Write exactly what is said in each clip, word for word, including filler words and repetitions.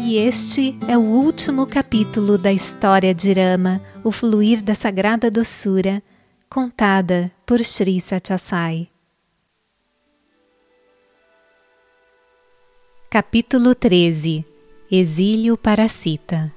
E este é o último capítulo da história de Rama, o fluir da sagrada doçura, contada por Sri Sathya Sai. Capítulo treze. Exílio para Sita.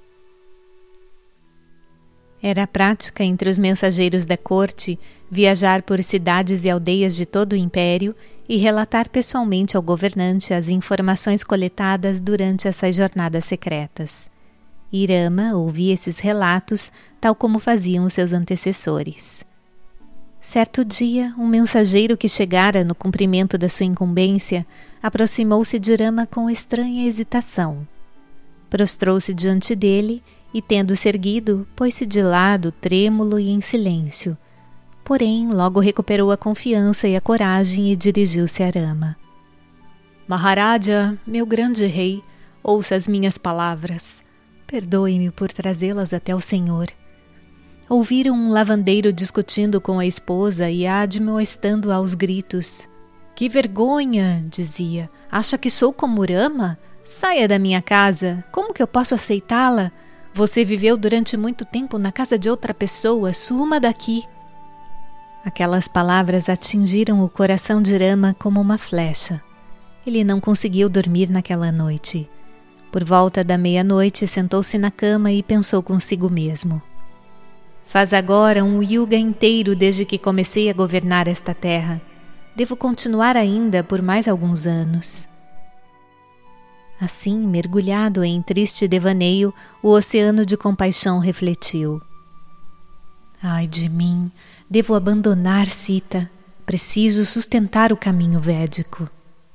Era prática entre os mensageiros da corte viajar por cidades e aldeias de todo o império e relatar pessoalmente ao governante as informações coletadas durante essas jornadas secretas. E Rama ouvia esses relatos tal como faziam os seus antecessores. Certo dia, um mensageiro que chegara no cumprimento da sua incumbência aproximou-se de Rama com estranha hesitação. Prostrou-se diante dele e, tendo-se erguido, pôs-se de lado, trêmulo e em silêncio. Porém, logo recuperou a confiança e a coragem e dirigiu-se a Rama. Maharaja, meu grande rei, ouça as minhas palavras. Perdoe-me por trazê-las até o Senhor. Ouviram um lavandeiro discutindo com a esposa e a admoestando aos gritos. Que vergonha, dizia. Acha que sou como Rama? Saia da minha casa. Como que eu posso aceitá-la? Você viveu durante muito tempo na casa de outra pessoa. Suma daqui. Aquelas palavras atingiram o coração de Rama como uma flecha. Ele não conseguiu dormir naquela noite. Por volta da meia-noite, sentou-se na cama e pensou consigo mesmo. Faz agora um yuga inteiro desde que comecei a governar esta terra. Devo continuar ainda por mais alguns anos. Assim, mergulhado em triste devaneio, o oceano de compaixão refletiu. Ai de mim! Devo abandonar Sita. Preciso sustentar o caminho védico.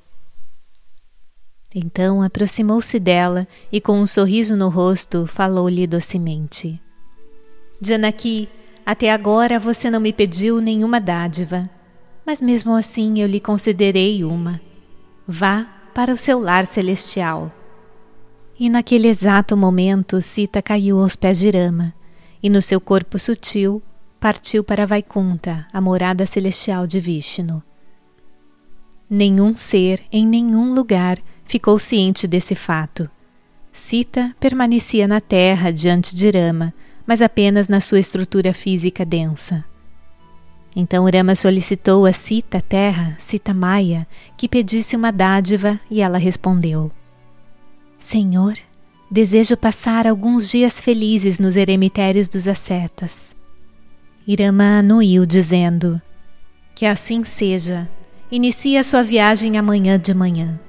Então aproximou-se dela e, com um sorriso no rosto, falou-lhe docemente. Janaki, até agora você não me pediu nenhuma dádiva, mas mesmo assim eu lhe concederei uma. Vá para o seu lar celestial. E naquele exato momento Sita caiu aos pés de Rama, e no seu corpo sutil partiu para Vaikunta, a morada celestial de Vishnu. Nenhum ser, em nenhum lugar, ficou ciente desse fato. Sita permanecia na terra diante de Rama, mas apenas na sua estrutura física densa. Então Rama solicitou a Sita terra, Sita Maya, que pedisse uma dádiva e ela respondeu. Senhor, desejo passar alguns dias felizes nos eremitérios dos ascetas. E Rama anuiu, dizendo, que assim seja, inicie a sua viagem amanhã de manhã.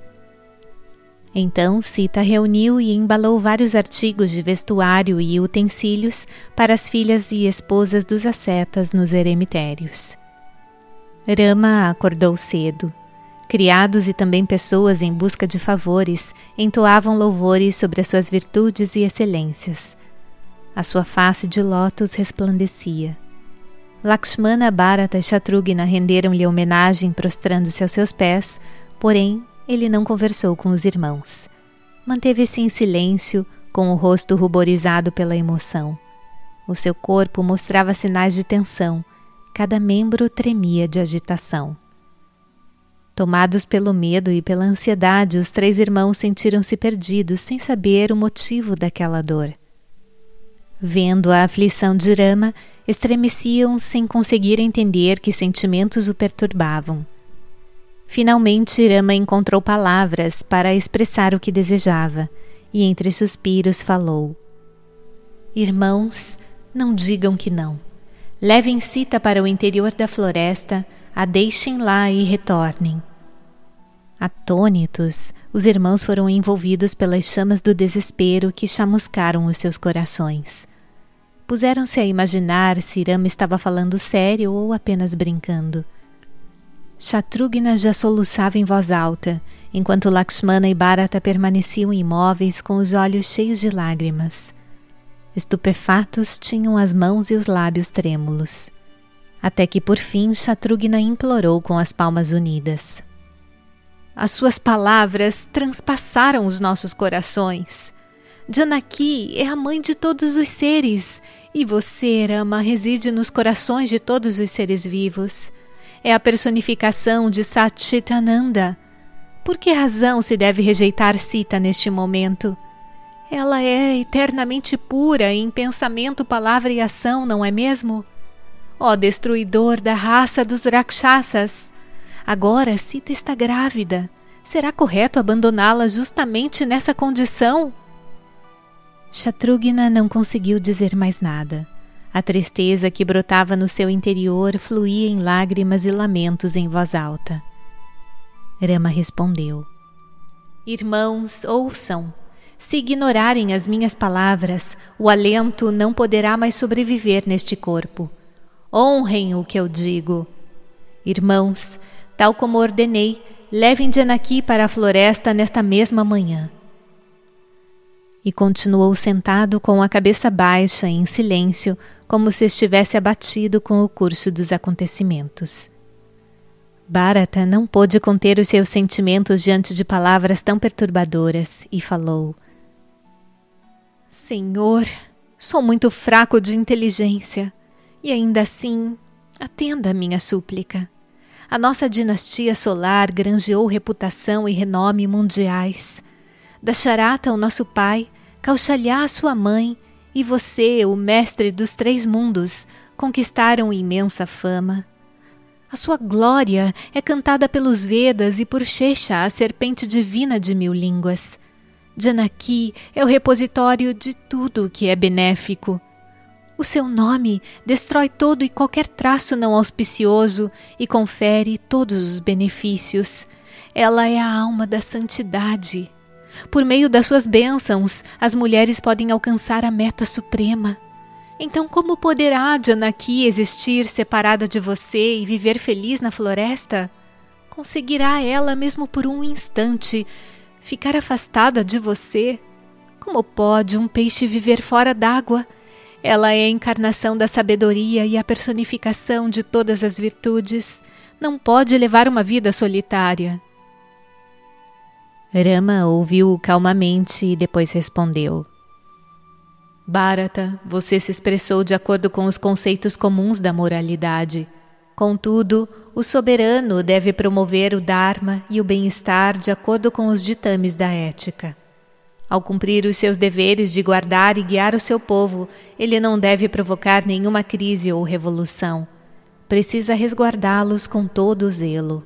Então Sita reuniu e embalou vários artigos de vestuário e utensílios para as filhas e esposas dos ascetas nos eremitérios. Rama acordou cedo. Criados e também pessoas em busca de favores entoavam louvores sobre as suas virtudes e excelências. A sua face de lótus resplandecia. Lakshmana, Bharata e Shatrughna renderam-lhe homenagem prostrando-se aos seus pés, porém ele não conversou com os irmãos. Manteve-se em silêncio, com o rosto ruborizado pela emoção. O seu corpo mostrava sinais de tensão, cada membro tremia de agitação. Tomados pelo medo e pela ansiedade, os três irmãos sentiram-se perdidos sem saber o motivo daquela dor. Vendo a aflição de Rama, estremeciam sem conseguir entender que sentimentos o perturbavam. Finalmente, Rama encontrou palavras para expressar o que desejava, e entre suspiros falou. Irmãos, não digam que não. Levem Sita para o interior da floresta, a deixem lá e retornem. Atônitos, os irmãos foram envolvidos pelas chamas do desespero que chamuscaram os seus corações. Puseram-se a imaginar se Rama estava falando sério ou apenas brincando. Shatrughna já soluçava em voz alta, enquanto Lakshmana e Bharata permaneciam imóveis com os olhos cheios de lágrimas. Estupefatos tinham as mãos e os lábios trêmulos. Até que por fim Shatrughna implorou com as palmas unidas. As suas palavras transpassaram os nossos corações. Janaki é a mãe de todos os seres, e você, Rama, reside nos corações de todos os seres vivos. É a personificação de Satchitananda. Por que razão se deve rejeitar Sita neste momento? Ela é eternamente pura em pensamento, palavra e ação, não é mesmo? Ó destruidor da raça dos Rakshasas! Agora Sita está grávida. Será correto abandoná-la justamente nessa condição? Shatrugna não conseguiu dizer mais nada. A tristeza que brotava no seu interior fluía em lágrimas e lamentos em voz alta. Rama respondeu: Irmãos, ouçam. Se ignorarem as minhas palavras, o alento não poderá mais sobreviver neste corpo. Honrem o que eu digo. Irmãos, tal como ordenei, levem Janaki para a floresta nesta mesma manhã. E continuou sentado com a cabeça baixa, em silêncio, como se estivesse abatido com o curso dos acontecimentos. Bharata não pôde conter os seus sentimentos diante de palavras tão perturbadoras e falou: Senhor, sou muito fraco de inteligência e ainda assim atenda a minha súplica. A nossa dinastia solar granjeou reputação e renome mundiais. Dasharata, o nosso pai, Kaushalya, a sua mãe, e você, o mestre dos três mundos, conquistaram imensa fama. A sua glória é cantada pelos Vedas e por Shesha, a serpente divina de mil línguas. Janaki é o repositório de tudo que é benéfico. O seu nome destrói todo e qualquer traço não auspicioso e confere todos os benefícios. Ela é a alma da santidade. Por meio das suas bênçãos, as mulheres podem alcançar a meta suprema. Então como poderá Janaki existir separada de você e viver feliz na floresta? Conseguirá ela, mesmo por um instante, ficar afastada de você? Como pode um peixe viver fora d'água? Ela é a encarnação da sabedoria e a personificação de todas as virtudes. Não pode levar uma vida solitária. Rama ouviu-o calmamente e depois respondeu: Bharata, você se expressou de acordo com os conceitos comuns da moralidade. Contudo, o soberano deve promover o Dharma e o bem-estar de acordo com os ditames da ética. Ao cumprir os seus deveres de guardar e guiar o seu povo, ele não deve provocar nenhuma crise ou revolução. Precisa resguardá-los com todo o zelo.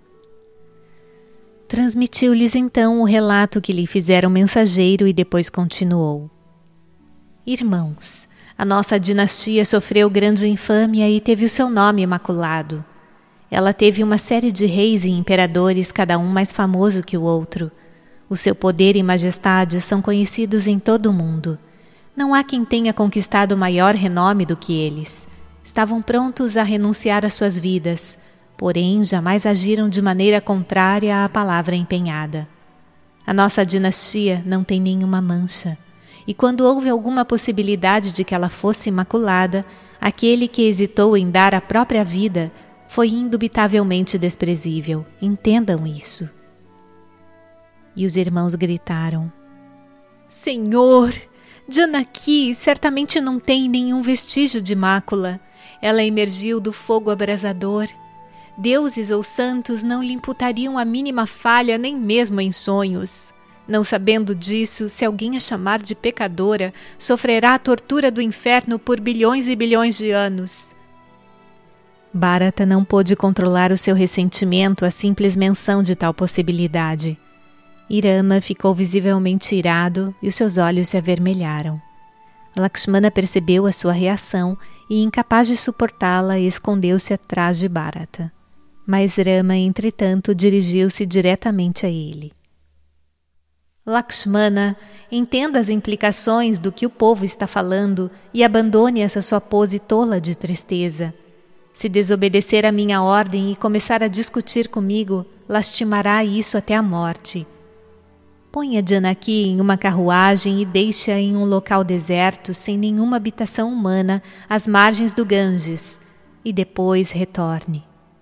Transmitiu-lhes então o relato que lhe fizera o mensageiro e depois continuou: Irmãos, a nossa dinastia sofreu grande infâmia e teve o seu nome maculado. Ela teve uma série de reis e imperadores, cada um mais famoso que o outro. O seu poder e majestade são conhecidos em todo o mundo. Não há quem tenha conquistado maior renome do que eles. Estavam prontos a renunciar às suas vidas, porém jamais agiram de maneira contrária à palavra empenhada. A nossa dinastia não tem nenhuma mancha, e quando houve alguma possibilidade de que ela fosse imaculada, aquele que hesitou em dar a própria vida foi indubitavelmente desprezível. Entendam isso. E os irmãos gritaram: Senhor, Janaki certamente não tem nenhum vestígio de mácula. Ela emergiu do fogo abrasador. Deuses ou santos não lhe imputariam a mínima falha, nem mesmo em sonhos. Não sabendo disso, se alguém a chamar de pecadora, sofrerá a tortura do inferno por bilhões e bilhões de anos. Bharata não pôde controlar o seu ressentimento à simples menção de tal possibilidade. Rama ficou visivelmente irado e os seus olhos se avermelharam. Lakshmana percebeu a sua reação e, incapaz de suportá-la, escondeu-se atrás de Bharata. Mas Rama, entretanto, dirigiu-se diretamente a ele. Lakshmana, entenda as implicações do que o povo está falando e abandone essa sua pose tola de tristeza. Se desobedecer a minha ordem e começar a discutir comigo, lastimará isso até a morte. Ponha Janaki em uma carruagem e deixe-a em um local deserto, sem nenhuma habitação humana, às margens do Ganges, e depois retorne.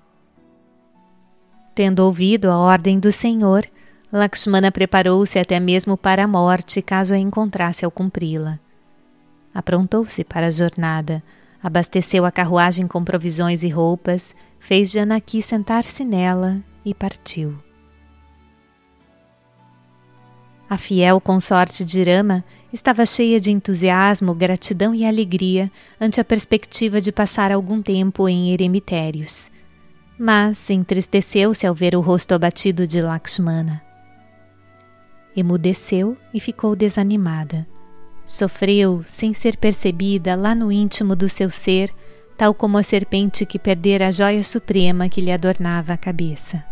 Tendo ouvido a ordem do Senhor, Lakshmana preparou-se até mesmo para a morte, caso a encontrasse ao cumpri-la. Aprontou-se para a jornada, abasteceu a carruagem com provisões e roupas, fez Janaki sentar-se nela e partiu. A fiel consorte de Rama estava cheia de entusiasmo, gratidão e alegria ante a perspectiva de passar algum tempo em eremitérios. Mas entristeceu-se ao ver o rosto abatido de Lakshmana. Emudeceu e ficou desanimada. Sofreu, sem ser percebida, lá no íntimo do seu ser, tal como a serpente que perdera a joia suprema que lhe adornava a cabeça.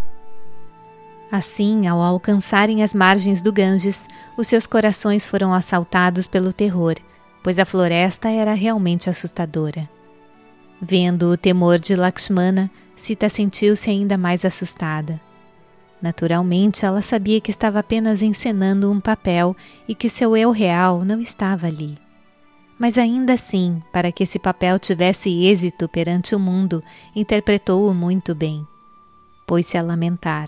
Assim, ao alcançarem as margens do Ganges, os seus corações foram assaltados pelo terror, pois a floresta era realmente assustadora. Vendo o temor de Lakshmana, Sita sentiu-se ainda mais assustada. Naturalmente, ela sabia que estava apenas encenando um papel e que seu eu real não estava ali. Mas ainda assim, para que esse papel tivesse êxito perante o mundo, interpretou-o muito bem. Pôs-se a lamentar.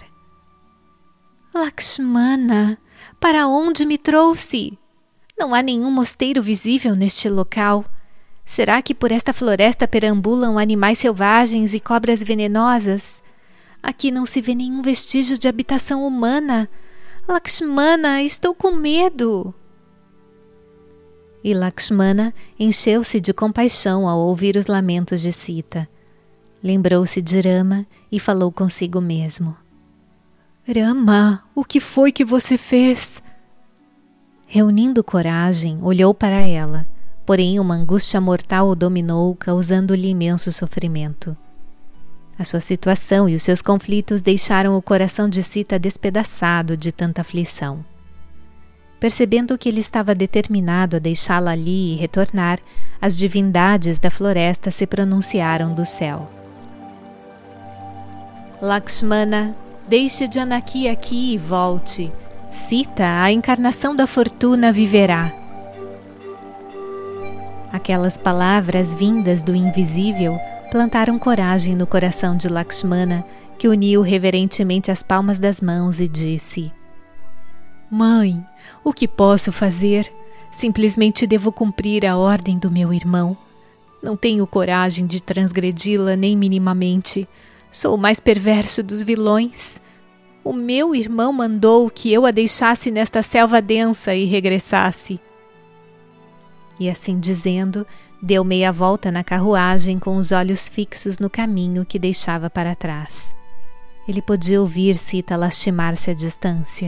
Lakshmana, para onde me trouxe? Não há nenhum mosteiro visível neste local. Será que por esta floresta perambulam animais selvagens e cobras venenosas? Aqui não se vê nenhum vestígio de habitação humana. Lakshmana, estou com medo. E Lakshmana encheu-se de compaixão ao ouvir os lamentos de Sita. Lembrou-se de Rama e falou consigo mesmo. Rama, o que foi que você fez? Reunindo coragem, olhou para ela, porém uma angústia mortal o dominou, causando-lhe imenso sofrimento. A sua situação e os seus conflitos deixaram o coração de Sita despedaçado de tanta aflição. Percebendo que ele estava determinado a deixá-la ali e retornar, as divindades da floresta se pronunciaram do céu. Lakshmana, deixe Janaki aqui e volte. Sita, a encarnação da fortuna, viverá. Aquelas palavras vindas do invisível plantaram coragem no coração de Lakshmana, que uniu reverentemente as palmas das mãos e disse: Mãe, o que posso fazer? Simplesmente devo cumprir a ordem do meu irmão. Não tenho coragem de transgredi-la nem minimamente. Sou o mais perverso dos vilões. O meu irmão mandou que eu a deixasse nesta selva densa e regressasse. E assim dizendo, deu meia volta na carruagem com os olhos fixos no caminho que deixava para trás. Ele podia ouvir Sita lastimar-se à distância.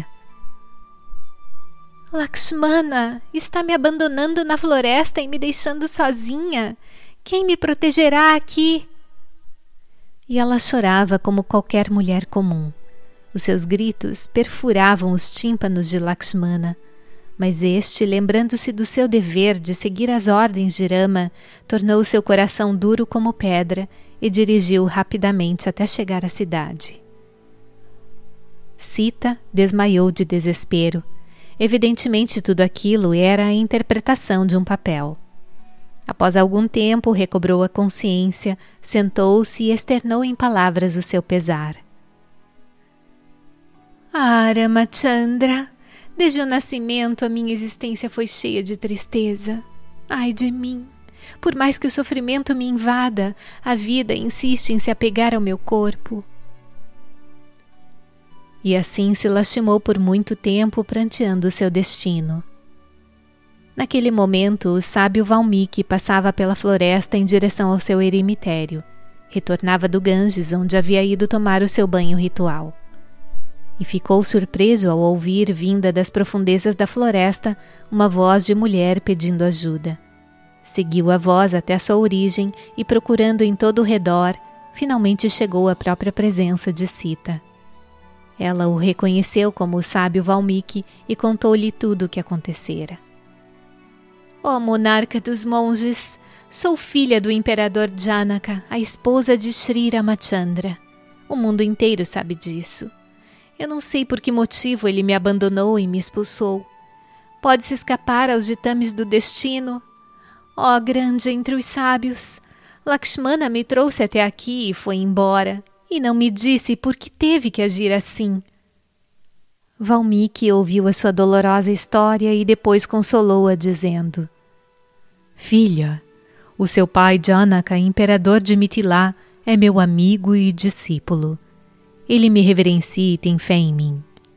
Lakshmana, está me abandonando na floresta e me deixando sozinha. Quem me protegerá aqui? E ela chorava como qualquer mulher comum. Os seus gritos perfuravam os tímpanos de Lakshmana, mas este, lembrando-se do seu dever de seguir as ordens de Rama, tornou seu coração duro como pedra e dirigiu rapidamente até chegar à cidade. Sita desmaiou de desespero. Evidentemente tudo aquilo era a interpretação de um papel. Após algum tempo recobrou a consciência, sentou-se e externou em palavras o seu pesar. Ah, Ramachandra, desde o nascimento a minha existência foi cheia de tristeza. Ai de mim! Por mais que o sofrimento me invada, a vida insiste em se apegar ao meu corpo. E assim se lastimou por muito tempo, pranteando seu destino. Naquele momento, o sábio Valmiki passava pela floresta em direção ao seu eremitério. Retornava do Ganges, onde havia ido tomar o seu banho ritual. E ficou surpreso ao ouvir, vinda das profundezas da floresta, uma voz de mulher pedindo ajuda. Seguiu a voz até a sua origem e, procurando em todo o redor, finalmente chegou à própria presença de Sita. Ela o reconheceu como o sábio Valmiki e contou-lhe tudo o que acontecera. Ó monarca dos monges, sou filha do imperador Janaka, a esposa de Sri Ramachandra. O mundo inteiro sabe disso. Eu não sei por que motivo ele me abandonou e me expulsou. Pode-se escapar aos ditames do destino? Ó grande entre os sábios, Lakshmana me trouxe até aqui e foi embora, e não me disse por que teve que agir assim. Valmiki ouviu a sua dolorosa história e depois consolou-a dizendo: Filha, o seu pai Janaka, imperador de Mithila, é meu amigo e discípulo. Ele me reverencia e tem fé em mim.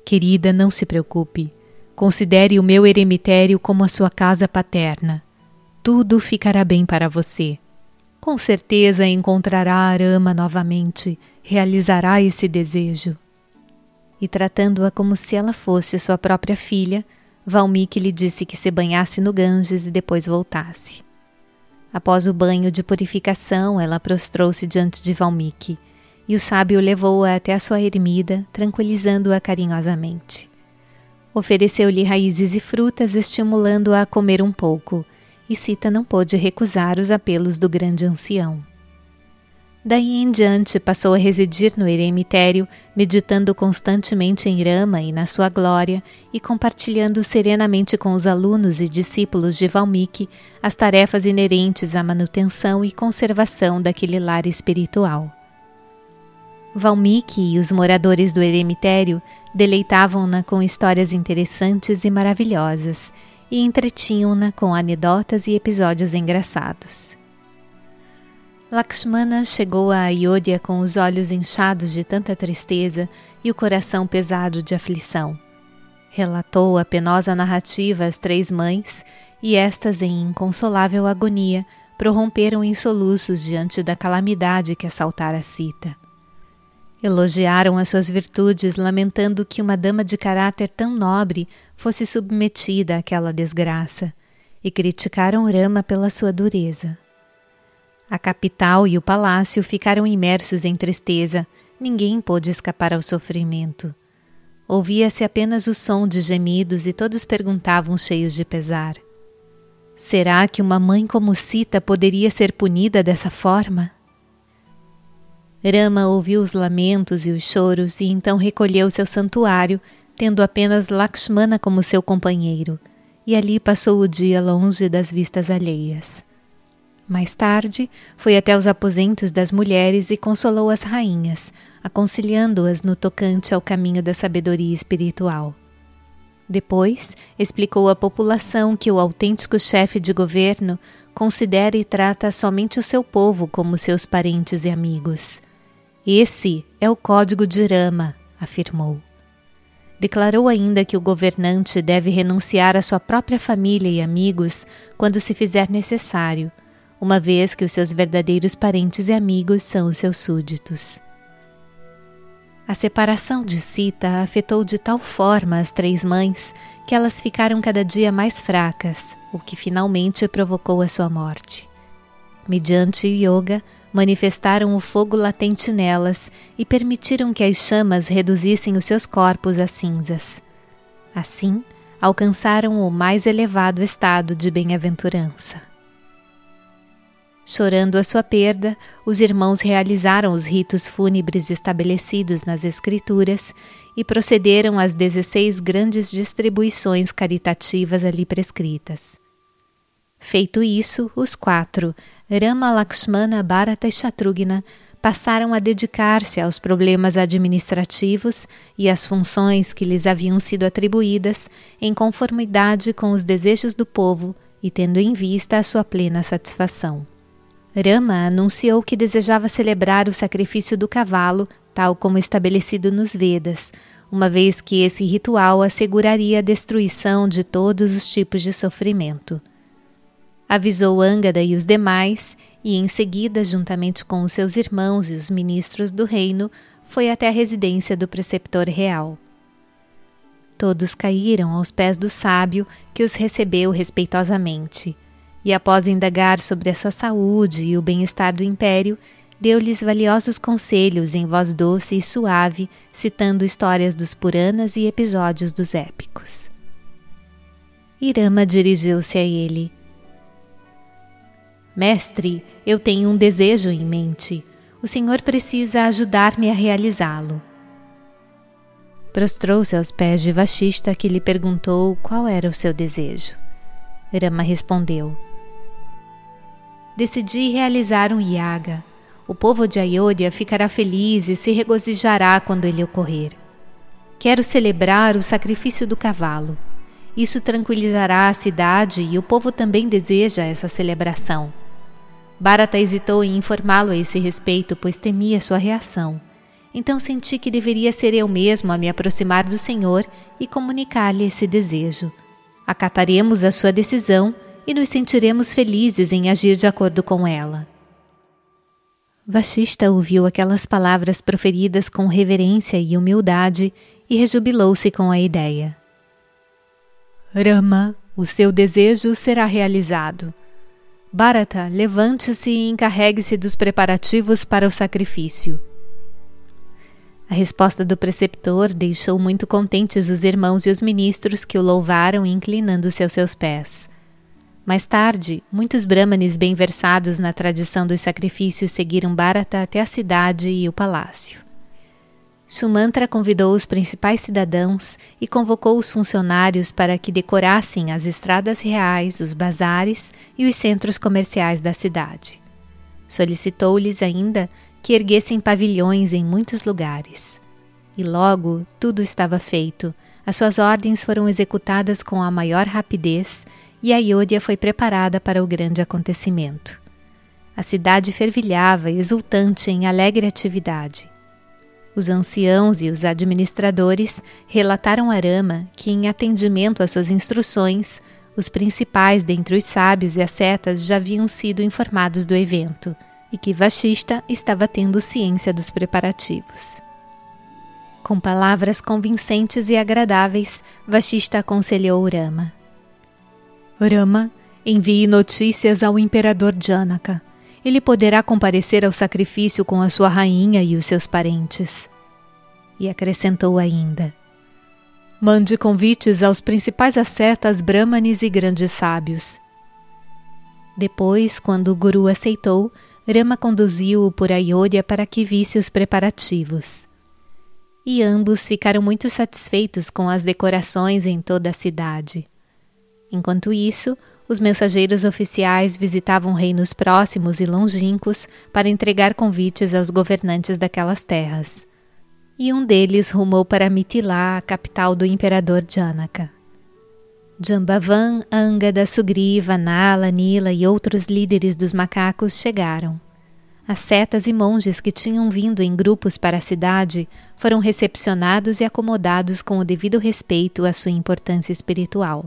Querida, não se preocupe. Considere o meu eremitério como a sua casa paterna. Tudo ficará bem para você. Com certeza encontrará Arama novamente, realizará esse desejo. E tratando-a como se ela fosse sua própria filha, Valmiki lhe disse que se banhasse no Ganges e depois voltasse. Após o banho de purificação, ela prostrou-se diante de Valmiki, e o sábio levou-a até a sua ermida, tranquilizando-a carinhosamente. Ofereceu-lhe raízes e frutas, estimulando-a a comer um pouco, e Sita não pôde recusar os apelos do grande ancião. Daí em diante passou a residir no eremitério, meditando constantemente em Rama e na sua glória e compartilhando serenamente com os alunos e discípulos de Valmiki as tarefas inerentes à manutenção e conservação daquele lar espiritual. Valmiki e os moradores do eremitério deleitavam-na com histórias interessantes e maravilhosas e entretinham-na com anedotas e episódios engraçados. Lakshmana chegou a Ayodhya com os olhos inchados de tanta tristeza e o coração pesado de aflição. Relatou a penosa narrativa às três mães e estas, em inconsolável agonia, prorromperam em soluços diante da calamidade que assaltara Sita. Elogiaram as suas virtudes, lamentando que uma dama de caráter tão nobre fosse submetida àquela desgraça, e criticaram Rama pela sua dureza. A capital e o palácio ficaram imersos em tristeza, ninguém pôde escapar ao sofrimento. Ouvia-se apenas o som de gemidos e todos perguntavam cheios de pesar: será que uma mãe como Sita poderia ser punida dessa forma? Rama ouviu os lamentos e os choros e então recolheu-se ao santuário, tendo apenas Lakshmana como seu companheiro, e ali passou o dia longe das vistas alheias. Mais tarde, foi até os aposentos das mulheres e consolou as rainhas, aconselhando-as no tocante ao caminho da sabedoria espiritual. Depois, explicou à população que o autêntico chefe de governo considera e trata somente o seu povo como seus parentes e amigos. Esse é o código de Rama, afirmou. Declarou ainda que o governante deve renunciar à sua própria família e amigos quando se fizer necessário, uma vez que os seus verdadeiros parentes e amigos são os seus súditos. A separação de Sita afetou de tal forma as três mães que elas ficaram cada dia mais fracas, o que finalmente provocou a sua morte. Mediante o yoga, manifestaram o fogo latente nelas e permitiram que as chamas reduzissem os seus corpos a cinzas. Assim, alcançaram o mais elevado estado de bem-aventurança. Chorando a sua perda, os irmãos realizaram os ritos fúnebres estabelecidos nas Escrituras e procederam às dezesseis grandes distribuições caritativas ali prescritas. Feito isso, os quatro, Rama, Lakshmana, Bharata e Shatrughna, passaram a dedicar-se aos problemas administrativos e às funções que lhes haviam sido atribuídas em conformidade com os desejos do povo e tendo em vista a sua plena satisfação. Rama anunciou que desejava celebrar o sacrifício do cavalo, tal como estabelecido nos Vedas, uma vez que esse ritual asseguraria a destruição de todos os tipos de sofrimento. Avisou Angada e os demais, e em seguida, juntamente com os seus irmãos e os ministros do reino, foi até a residência do preceptor real. Todos caíram aos pés do sábio, que os recebeu respeitosamente. E após indagar sobre a sua saúde e o bem-estar do império, deu-lhes valiosos conselhos em voz doce e suave, citando histórias dos Puranas e episódios dos épicos. Rama dirigiu-se a ele. Mestre, eu tenho um desejo em mente. O senhor precisa ajudar-me a realizá-lo. Prostrou-se aos pés de Vashishta, que lhe perguntou qual era o seu desejo. Rama respondeu: decidi realizar um yaga. O povo de Ayodhya ficará feliz e se regozijará quando ele ocorrer. Quero celebrar o sacrifício do cavalo. Isso tranquilizará a cidade e o povo também deseja essa celebração. Bharata hesitou em informá-lo a esse respeito, pois temia sua reação. então senti que deveria ser eu mesmo a me aproximar do Senhor e comunicar-lhe esse desejo. Acataremos a sua decisão e nos sentiremos felizes em agir de acordo com ela. Vashishta ouviu aquelas palavras proferidas com reverência e humildade e rejubilou-se com a ideia. Rama, o seu desejo será realizado. Bharata, levante-se e encarregue-se dos preparativos para o sacrifício. A resposta do preceptor deixou muito contentes os irmãos e os ministros que o louvaram inclinando-se aos seus pés. Mais tarde, muitos brahmanes bem versados na tradição dos sacrifícios seguiram Bharata até a cidade e o palácio. Sumantra convidou os principais cidadãos e convocou os funcionários para que decorassem as estradas reais, os bazares e os centros comerciais da cidade. Solicitou-lhes ainda que erguessem pavilhões em muitos lugares. E logo tudo estava feito, as suas ordens foram executadas com a maior rapidez e a Ayodhya foi preparada para o grande acontecimento. A cidade fervilhava, exultante em alegre atividade. Os anciãos e os administradores relataram a Rama que, em atendimento às suas instruções, os principais dentre os sábios e ascetas já haviam sido informados do evento e que Vashishta estava tendo ciência dos preparativos. Com palavras convincentes e agradáveis, Vashishta aconselhou Rama. Rama, envie notícias ao imperador Janaka. Ele poderá comparecer ao sacrifício com a sua rainha e os seus parentes. E acrescentou ainda. Mande convites aos principais ascetas brahmanes e grandes sábios. Depois, quando o guru aceitou, Rama conduziu-o por Ayodhya para que visse os preparativos. E ambos ficaram muito satisfeitos com as decorações em toda a cidade. Enquanto isso, os mensageiros oficiais visitavam reinos próximos e longínquos para entregar convites aos governantes daquelas terras. E um deles rumou para Mithila, a capital do imperador Janaka. Jambavan, Angada, Sugriva, Nala, Nila e outros líderes dos macacos chegaram. Ascetas e monges que tinham vindo em grupos para a cidade foram recepcionados e acomodados com o devido respeito à sua importância espiritual.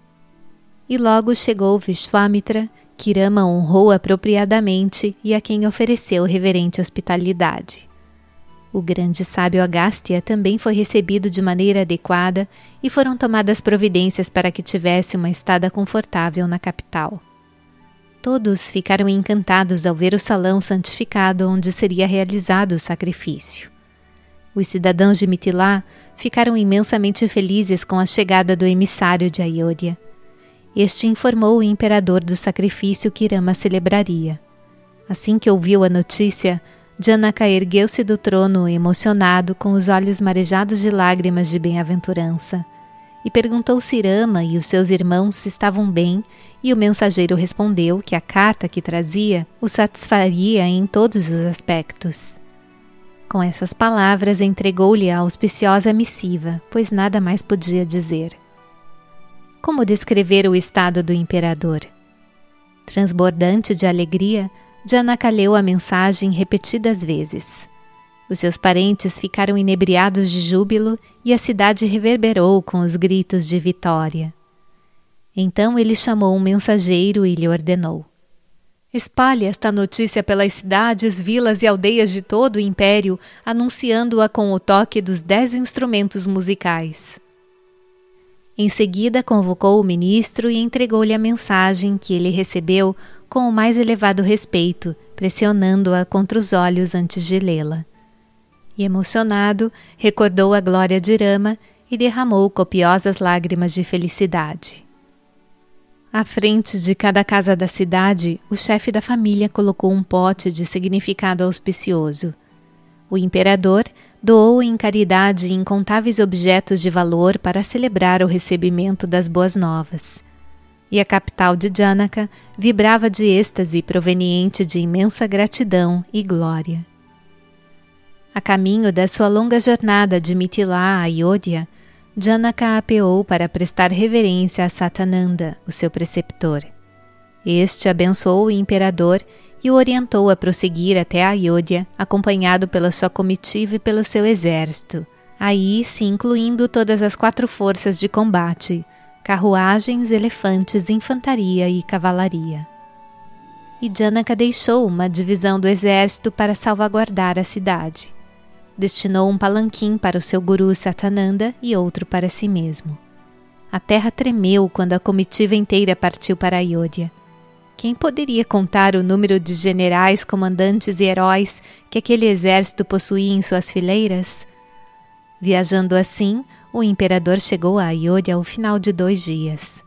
E logo chegou Vishvamitra, que Rama honrou apropriadamente e a quem ofereceu reverente hospitalidade. O grande sábio Agastya também foi recebido de maneira adequada e foram tomadas providências para que tivesse uma estada confortável na capital. Todos ficaram encantados ao ver o salão santificado onde seria realizado o sacrifício. Os cidadãos de Mithila ficaram imensamente felizes com a chegada do emissário de Ayodhya. Este informou o imperador do sacrifício que Rama celebraria. Assim que ouviu a notícia, Janaka ergueu-se do trono emocionado, com os olhos marejados de lágrimas de bem-aventurança, e perguntou se Rama e os seus irmãos se estavam bem, e o mensageiro respondeu que a carta que trazia o satisfaria em todos os aspectos. Com essas palavras entregou-lhe a auspiciosa missiva, pois nada mais podia dizer. Como descrever o estado do imperador? Transbordante de alegria, Janaka leu a mensagem repetidas vezes. Os seus parentes ficaram inebriados de júbilo e a cidade reverberou com os gritos de vitória. Então ele chamou um mensageiro e lhe ordenou: espalhe esta notícia pelas cidades, vilas e aldeias de todo o império, anunciando-a com o toque dos dez instrumentos musicais. Em seguida, convocou o ministro e entregou-lhe a mensagem que ele recebeu com o mais elevado respeito, pressionando-a contra os olhos antes de lê-la. E emocionado, recordou a glória de Rama e derramou copiosas lágrimas de felicidade. À frente de cada casa da cidade, o chefe da família colocou um pote de significado auspicioso. O imperador doou em caridade incontáveis objetos de valor para celebrar o recebimento das boas novas. E a capital de Janaka vibrava de êxtase proveniente de imensa gratidão e glória. A caminho da sua longa jornada de Mithila a Ayodhya, Janaka apeou para prestar reverência a Satananda, o seu preceptor. Este abençoou o imperador e o orientou a prosseguir até Ayodhya, acompanhado pela sua comitiva e pelo seu exército, aí se incluindo todas as quatro forças de combate, carruagens, elefantes, infantaria e cavalaria. E Janaka deixou uma divisão do exército para salvaguardar a cidade. Destinou um palanquim para o seu guru Satananda e outro para si mesmo. A terra tremeu quando a comitiva inteira partiu para Ayodhya. Quem poderia contar o número de generais, comandantes e heróis que aquele exército possuía em suas fileiras? Viajando assim, o imperador chegou a Ayodhya ao final de dois dias.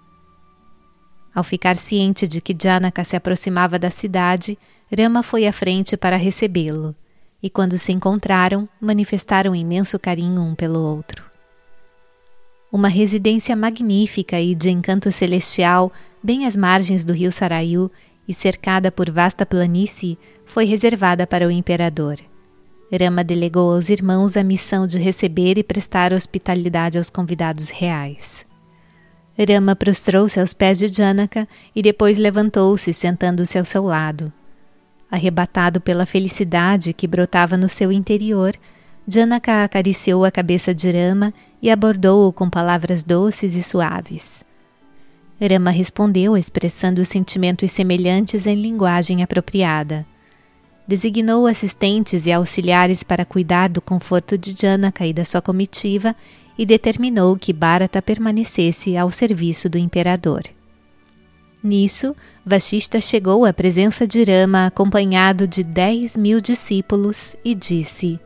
Ao ficar ciente de que Janaka se aproximava da cidade, Rama foi à frente para recebê-lo, e quando se encontraram, manifestaram imenso carinho um pelo outro. Uma residência magnífica e de encanto celestial, bem às margens do rio Sarayu e cercada por vasta planície, foi reservada para o imperador. Rama delegou aos irmãos a missão de receber e prestar hospitalidade aos convidados reais. Rama prostrou-se aos pés de Janaka e depois levantou-se, sentando-se ao seu lado. Arrebatado pela felicidade que brotava no seu interior, Janaka acariciou a cabeça de Rama e abordou-o com palavras doces e suaves. Rama respondeu expressando sentimentos semelhantes em linguagem apropriada. Designou assistentes e auxiliares para cuidar do conforto de Janaka e da sua comitiva e determinou que Bharata permanecesse ao serviço do imperador. Nisso, Vashishta chegou à presença de Rama acompanhado de dez mil discípulos e disse: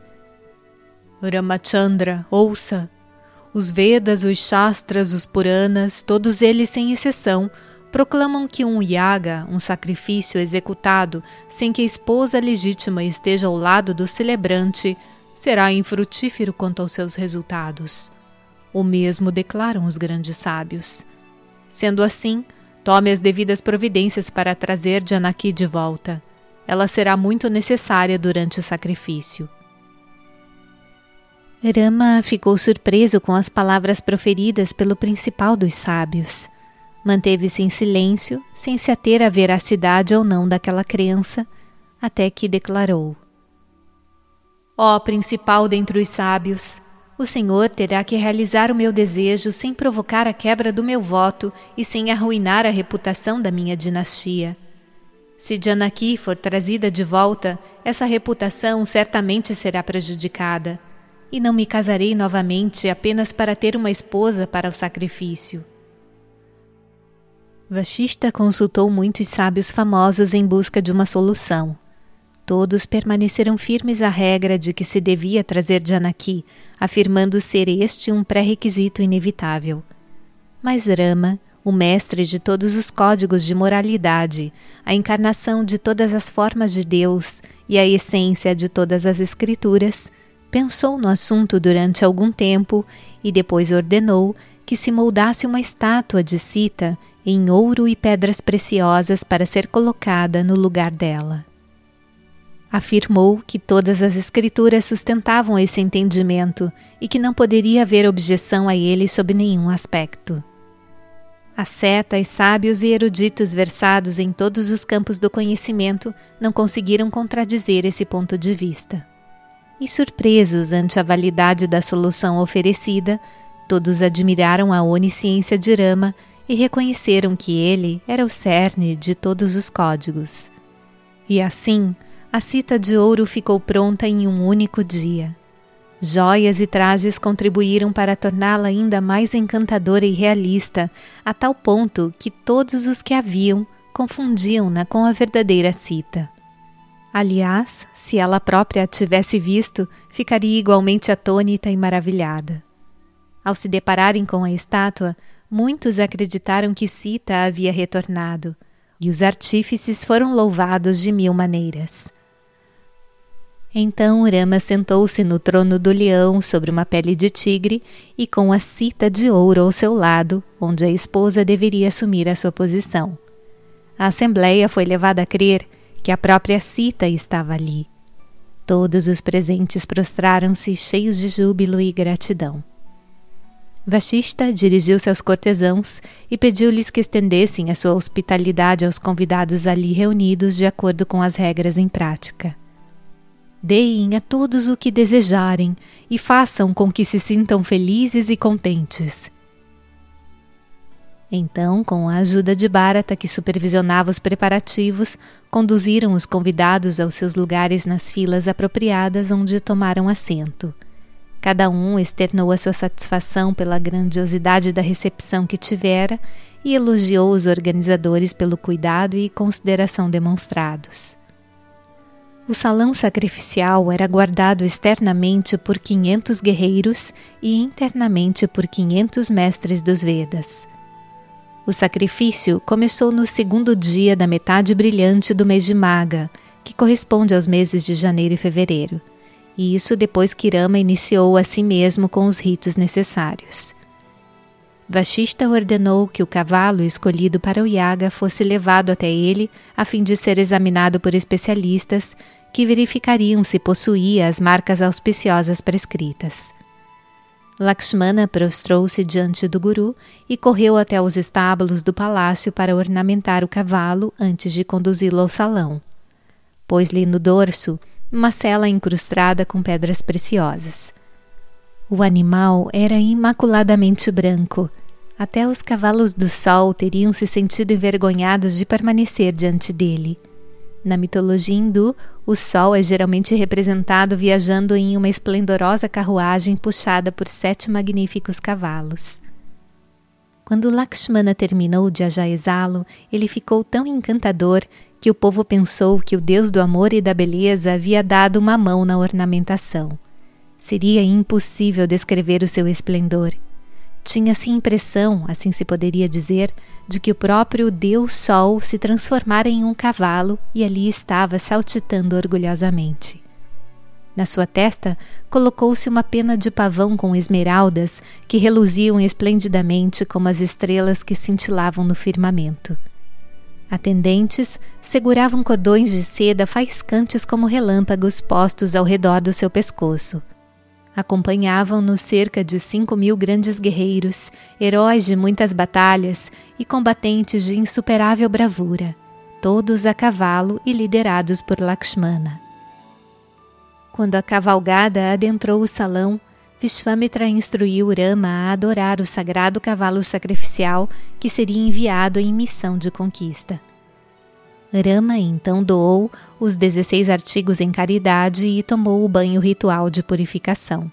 Ramachandra, ouça! Os Vedas, os Shastras, os Puranas, todos eles sem exceção, proclamam que um yaga, um sacrifício executado sem que a esposa legítima esteja ao lado do celebrante, será infrutífero quanto aos seus resultados. O mesmo declaram os grandes sábios. Sendo assim, tome as devidas providências para trazer Janaki de volta. Ela será muito necessária durante o sacrifício. Rama ficou surpreso com as palavras proferidas pelo principal dos sábios. Manteve-se em silêncio, sem se ater à veracidade ou não daquela crença, até que declarou: Ó principal dentre os sábios, o Senhor terá que realizar o meu desejo sem provocar a quebra do meu voto e sem arruinar a reputação da minha dinastia. Se Janaki for trazida de volta, essa reputação certamente será prejudicada. E não me casarei novamente apenas para ter uma esposa para o sacrifício. Vashishta consultou muitos sábios famosos em busca de uma solução. Todos permaneceram firmes à regra de que se devia trazer Janaki, afirmando ser este um pré-requisito inevitável. Mas Rama, o mestre de todos os códigos de moralidade, a encarnação de todas as formas de Deus e a essência de todas as escrituras, pensou no assunto durante algum tempo e depois ordenou que se moldasse uma estátua de Sita em ouro e pedras preciosas para ser colocada no lugar dela. Afirmou que todas as escrituras sustentavam esse entendimento e que não poderia haver objeção a ele sob nenhum aspecto. Ascetas, sábios e eruditos versados em todos os campos do conhecimento não conseguiram contradizer esse ponto de vista. E surpresos ante a validade da solução oferecida, todos admiraram a onisciência de Rama e reconheceram que ele era o cerne de todos os códigos. E assim, a Sita de ouro ficou pronta em um único dia. Joias e trajes contribuíram para torná-la ainda mais encantadora e realista, a tal ponto que todos os que a viam confundiam-na com a verdadeira Sita. Aliás, se ela própria a tivesse visto, ficaria igualmente atônita e maravilhada. Ao se depararem com a estátua, muitos acreditaram que Sita havia retornado, e os artífices foram louvados de mil maneiras. Então Rama sentou-se no trono do leão sobre uma pele de tigre e com a Sita de ouro ao seu lado, onde a esposa deveria assumir a sua posição. A assembleia foi levada a crer que a própria Sita estava ali. Todos os presentes prostraram-se cheios de júbilo e gratidão. Vashishta dirigiu-se aos cortesãos e pediu-lhes que estendessem a sua hospitalidade aos convidados ali reunidos de acordo com as regras em prática. Deem a todos o que desejarem e façam com que se sintam felizes e contentes. Então, com a ajuda de Bharata, que supervisionava os preparativos, conduziram os convidados aos seus lugares nas filas apropriadas onde tomaram assento. Cada um externou a sua satisfação pela grandiosidade da recepção que tivera e elogiou os organizadores pelo cuidado e consideração demonstrados. O salão sacrificial era guardado externamente por quinhentos guerreiros e internamente por quinhentos mestres dos Vedas. O sacrifício começou no segundo dia da metade brilhante do mês de Magha, que corresponde aos meses de janeiro e fevereiro, e isso depois que Rama iniciou a si mesmo com os ritos necessários. Vashishta ordenou que o cavalo escolhido para o yaga fosse levado até ele a fim de ser examinado por especialistas que verificariam se possuía as marcas auspiciosas prescritas. Lakshmana prostrou-se diante do guru e correu até os estábulos do palácio para ornamentar o cavalo antes de conduzi-lo ao salão. Pôs-lhe no dorso uma sela incrustada com pedras preciosas. O animal era imaculadamente branco. Até os cavalos do sol teriam se sentido envergonhados de permanecer diante dele. Na mitologia hindu, o sol é geralmente representado viajando em uma esplendorosa carruagem puxada por sete magníficos cavalos. Quando Lakshmana terminou de ajaezá-lo, ele ficou tão encantador que o povo pensou que o Deus do amor e da beleza havia dado uma mão na ornamentação. Seria impossível descrever o seu esplendor. Tinha-se impressão, assim se poderia dizer, de que o próprio Deus Sol se transformara em um cavalo e ali estava saltitando orgulhosamente. Na sua testa colocou-se uma pena de pavão com esmeraldas que reluziam esplendidamente como as estrelas que cintilavam no firmamento. Atendentes seguravam cordões de seda faiscantes como relâmpagos postos ao redor do seu pescoço. Acompanhavam-no cerca de cinco mil grandes guerreiros, heróis de muitas batalhas e combatentes de insuperável bravura, todos a cavalo e liderados por Lakshmana. Quando a cavalgada adentrou o salão, Vishvamitra instruiu Rama a adorar o sagrado cavalo sacrificial que seria enviado em missão de conquista. Rama então doou os dezesseis artigos em caridade e tomou o banho ritual de purificação.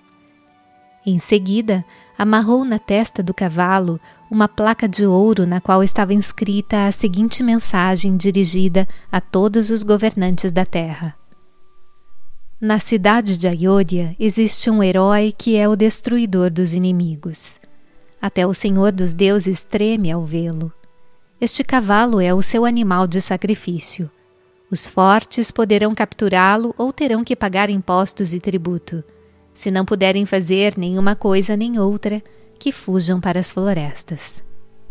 Em seguida, amarrou na testa do cavalo uma placa de ouro na qual estava inscrita a seguinte mensagem dirigida a todos os governantes da terra. Na cidade de Ayodhya existe um herói que é o destruidor dos inimigos. Até o Senhor dos Deuses treme ao vê-lo. Este cavalo é o seu animal de sacrifício. Os fortes poderão capturá-lo ou terão que pagar impostos e tributo. Se não puderem fazer nenhuma coisa nem outra, que fujam para as florestas.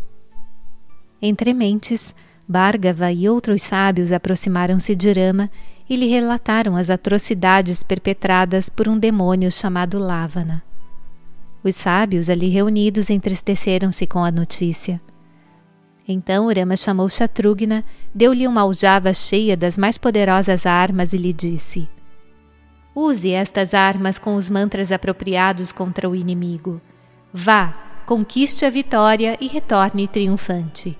Entre mentes, Bhargava e outros sábios aproximaram-se de Rama e lhe relataram as atrocidades perpetradas por um demônio chamado Lavana. Os sábios ali reunidos entristeceram-se com a notícia. Então Rama chamou Shatrughna, deu-lhe uma aljava cheia das mais poderosas armas e lhe disse: Use estas armas com os mantras apropriados contra o inimigo. Vá, conquiste a vitória e retorne triunfante.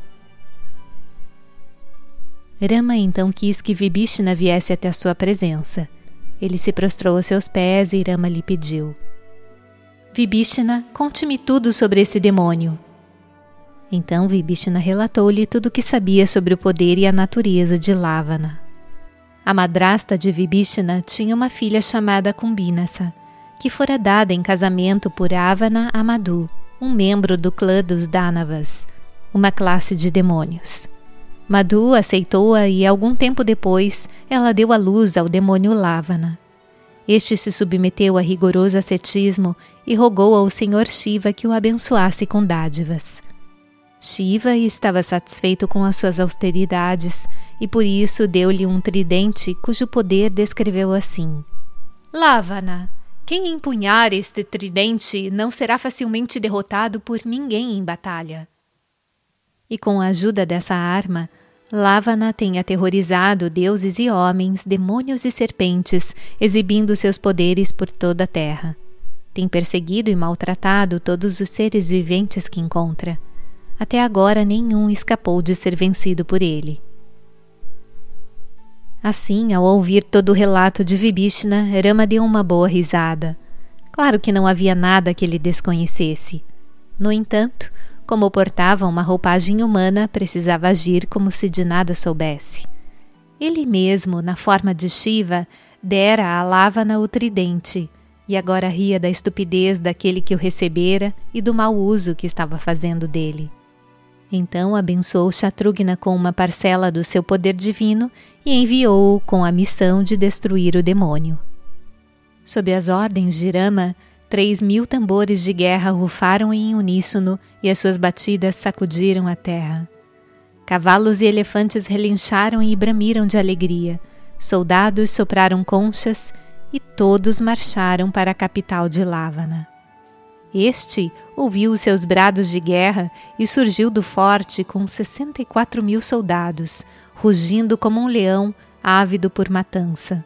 Rama então quis que Vibhishana viesse até a sua presença. Ele se prostrou a seus pés e Rama lhe pediu: Vibhishana, conte-me tudo sobre esse demônio. Então Vibhishana relatou-lhe tudo o que sabia sobre o poder e a natureza de Lavana. A madrasta de Vibhishana tinha uma filha chamada Kumbhinasa, que fora dada em casamento por Ravana a Madhu, um membro do clã dos Danavas, uma classe de demônios. Madhu aceitou-a e, algum tempo depois, ela deu à luz ao demônio Lavana. Este se submeteu a rigoroso ascetismo e rogou ao Senhor Shiva que o abençoasse com dádivas. Shiva estava satisfeito com as suas austeridades e por isso deu-lhe um tridente cujo poder descreveu assim: Lavana, Quem empunhar este tridente não será facilmente derrotado por ninguém em batalha. E com a ajuda dessa arma, Lávana tem aterrorizado deuses e homens, demônios e serpentes, exibindo seus poderes por toda a terra. Tem perseguido e maltratado todos os seres viventes que encontra. Até agora nenhum escapou de ser vencido por ele. Assim, ao ouvir todo o relato de Vibhishna, Rama deu uma boa risada. Claro que não havia nada que ele desconhecesse. No entanto, como portava uma roupagem humana, precisava agir como se de nada soubesse. Ele mesmo, na forma de Shiva, dera a Lávana o tridente, e agora ria da estupidez daquele que o recebera e do mau uso que estava fazendo dele. Então abençoou Shatrughna com uma parcela do seu poder divino e enviou-o com a missão de destruir o demônio. Sob as ordens de Rama, três mil tambores de guerra rufaram em uníssono e as suas batidas sacudiram a terra. Cavalos e elefantes relincharam e bramiram de alegria, soldados sopraram conchas e todos marcharam para a capital de Lávana. Este ouviu os seus brados de guerra e surgiu do forte com sessenta e quatro mil soldados, rugindo como um leão ávido por matança.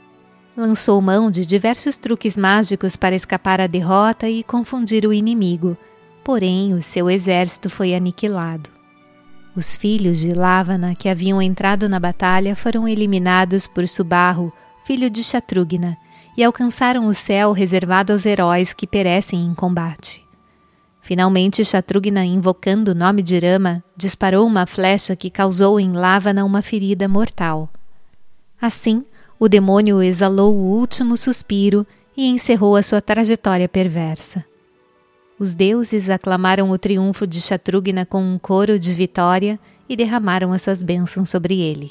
Lançou mão de diversos truques mágicos para escapar à derrota e confundir o inimigo, porém o seu exército foi aniquilado. Os filhos de Lávana que haviam entrado na batalha foram eliminados por Subarhu, filho de Shatrughna, e alcançaram o céu reservado aos heróis que perecem em combate. Finalmente, Shatrughna, invocando o nome de Rama, disparou uma flecha que causou em Lávana uma ferida mortal. Assim, o demônio exalou o último suspiro e encerrou a sua trajetória perversa. Os deuses aclamaram o triunfo de Shatrughna com um coro de vitória e derramaram as suas bênçãos sobre ele.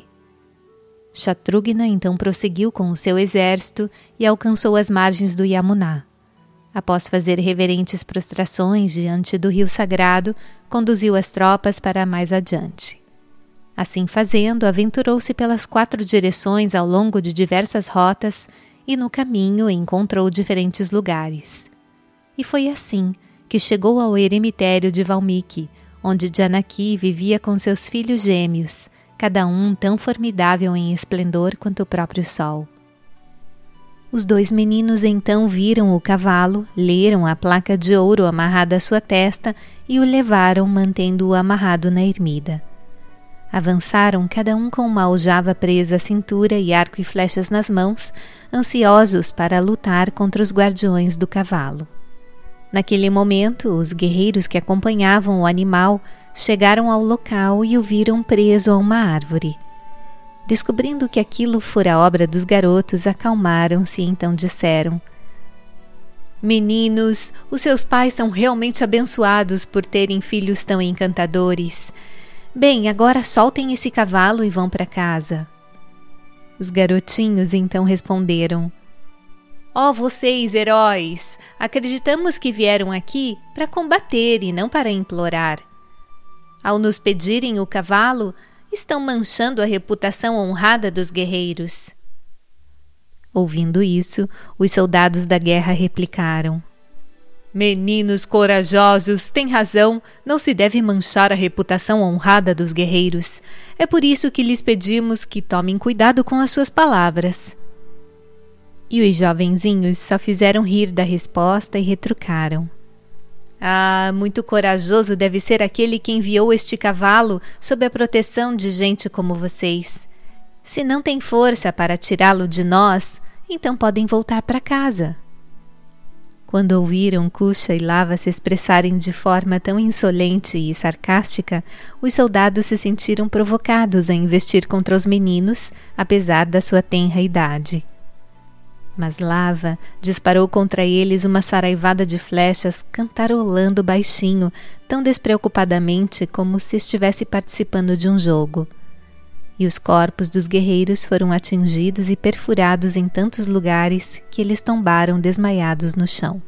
Shatrughna então prosseguiu com o seu exército e alcançou as margens do Yamuna. Após fazer reverentes prostrações diante do rio sagrado, conduziu as tropas para mais adiante. Assim fazendo, aventurou-se pelas quatro direções ao longo de diversas rotas e no caminho encontrou diferentes lugares. E foi assim que chegou ao eremitério de Valmiki, onde Janaki vivia com seus filhos gêmeos, cada um tão formidável em esplendor quanto o próprio sol. Os dois meninos então viram o cavalo, leram a placa de ouro amarrada à sua testa e o levaram mantendo-o amarrado na ermida. Avançaram cada um com uma aljava presa à cintura e arco e flechas nas mãos, ansiosos para lutar contra os guardiões do cavalo. Naquele momento, os guerreiros que acompanhavam o animal chegaram ao local e o viram preso a uma árvore. Descobrindo que aquilo fora obra dos garotos, acalmaram-se e então disseram: Meninos, os seus pais são realmente abençoados por terem filhos tão encantadores. Bem, agora soltem esse cavalo e vão para casa. Os garotinhos então responderam: Ó, oh, vocês, heróis, acreditamos que vieram aqui para combater e não para implorar. Ao nos pedirem o cavalo, estão manchando a reputação honrada dos guerreiros. Ouvindo isso, os soldados da guerra replicaram: Meninos corajosos, têm razão, não se deve manchar a reputação honrada dos guerreiros. É por isso que lhes pedimos que tomem cuidado com as suas palavras. E os jovenzinhos só fizeram rir da resposta e retrucaram: Ah, muito corajoso deve ser aquele que enviou este cavalo sob a proteção de gente como vocês. Se não tem força para tirá-lo de nós, então podem voltar para casa. Quando ouviram Kusha e Lava se expressarem de forma tão insolente e sarcástica, os soldados se sentiram provocados a investir contra os meninos, apesar da sua tenra idade. Mas Lava disparou contra eles uma saraivada de flechas, cantarolando baixinho, tão despreocupadamente como se estivesse participando de um jogo. E os corpos dos guerreiros foram atingidos e perfurados em tantos lugares que eles tombaram desmaiados no chão.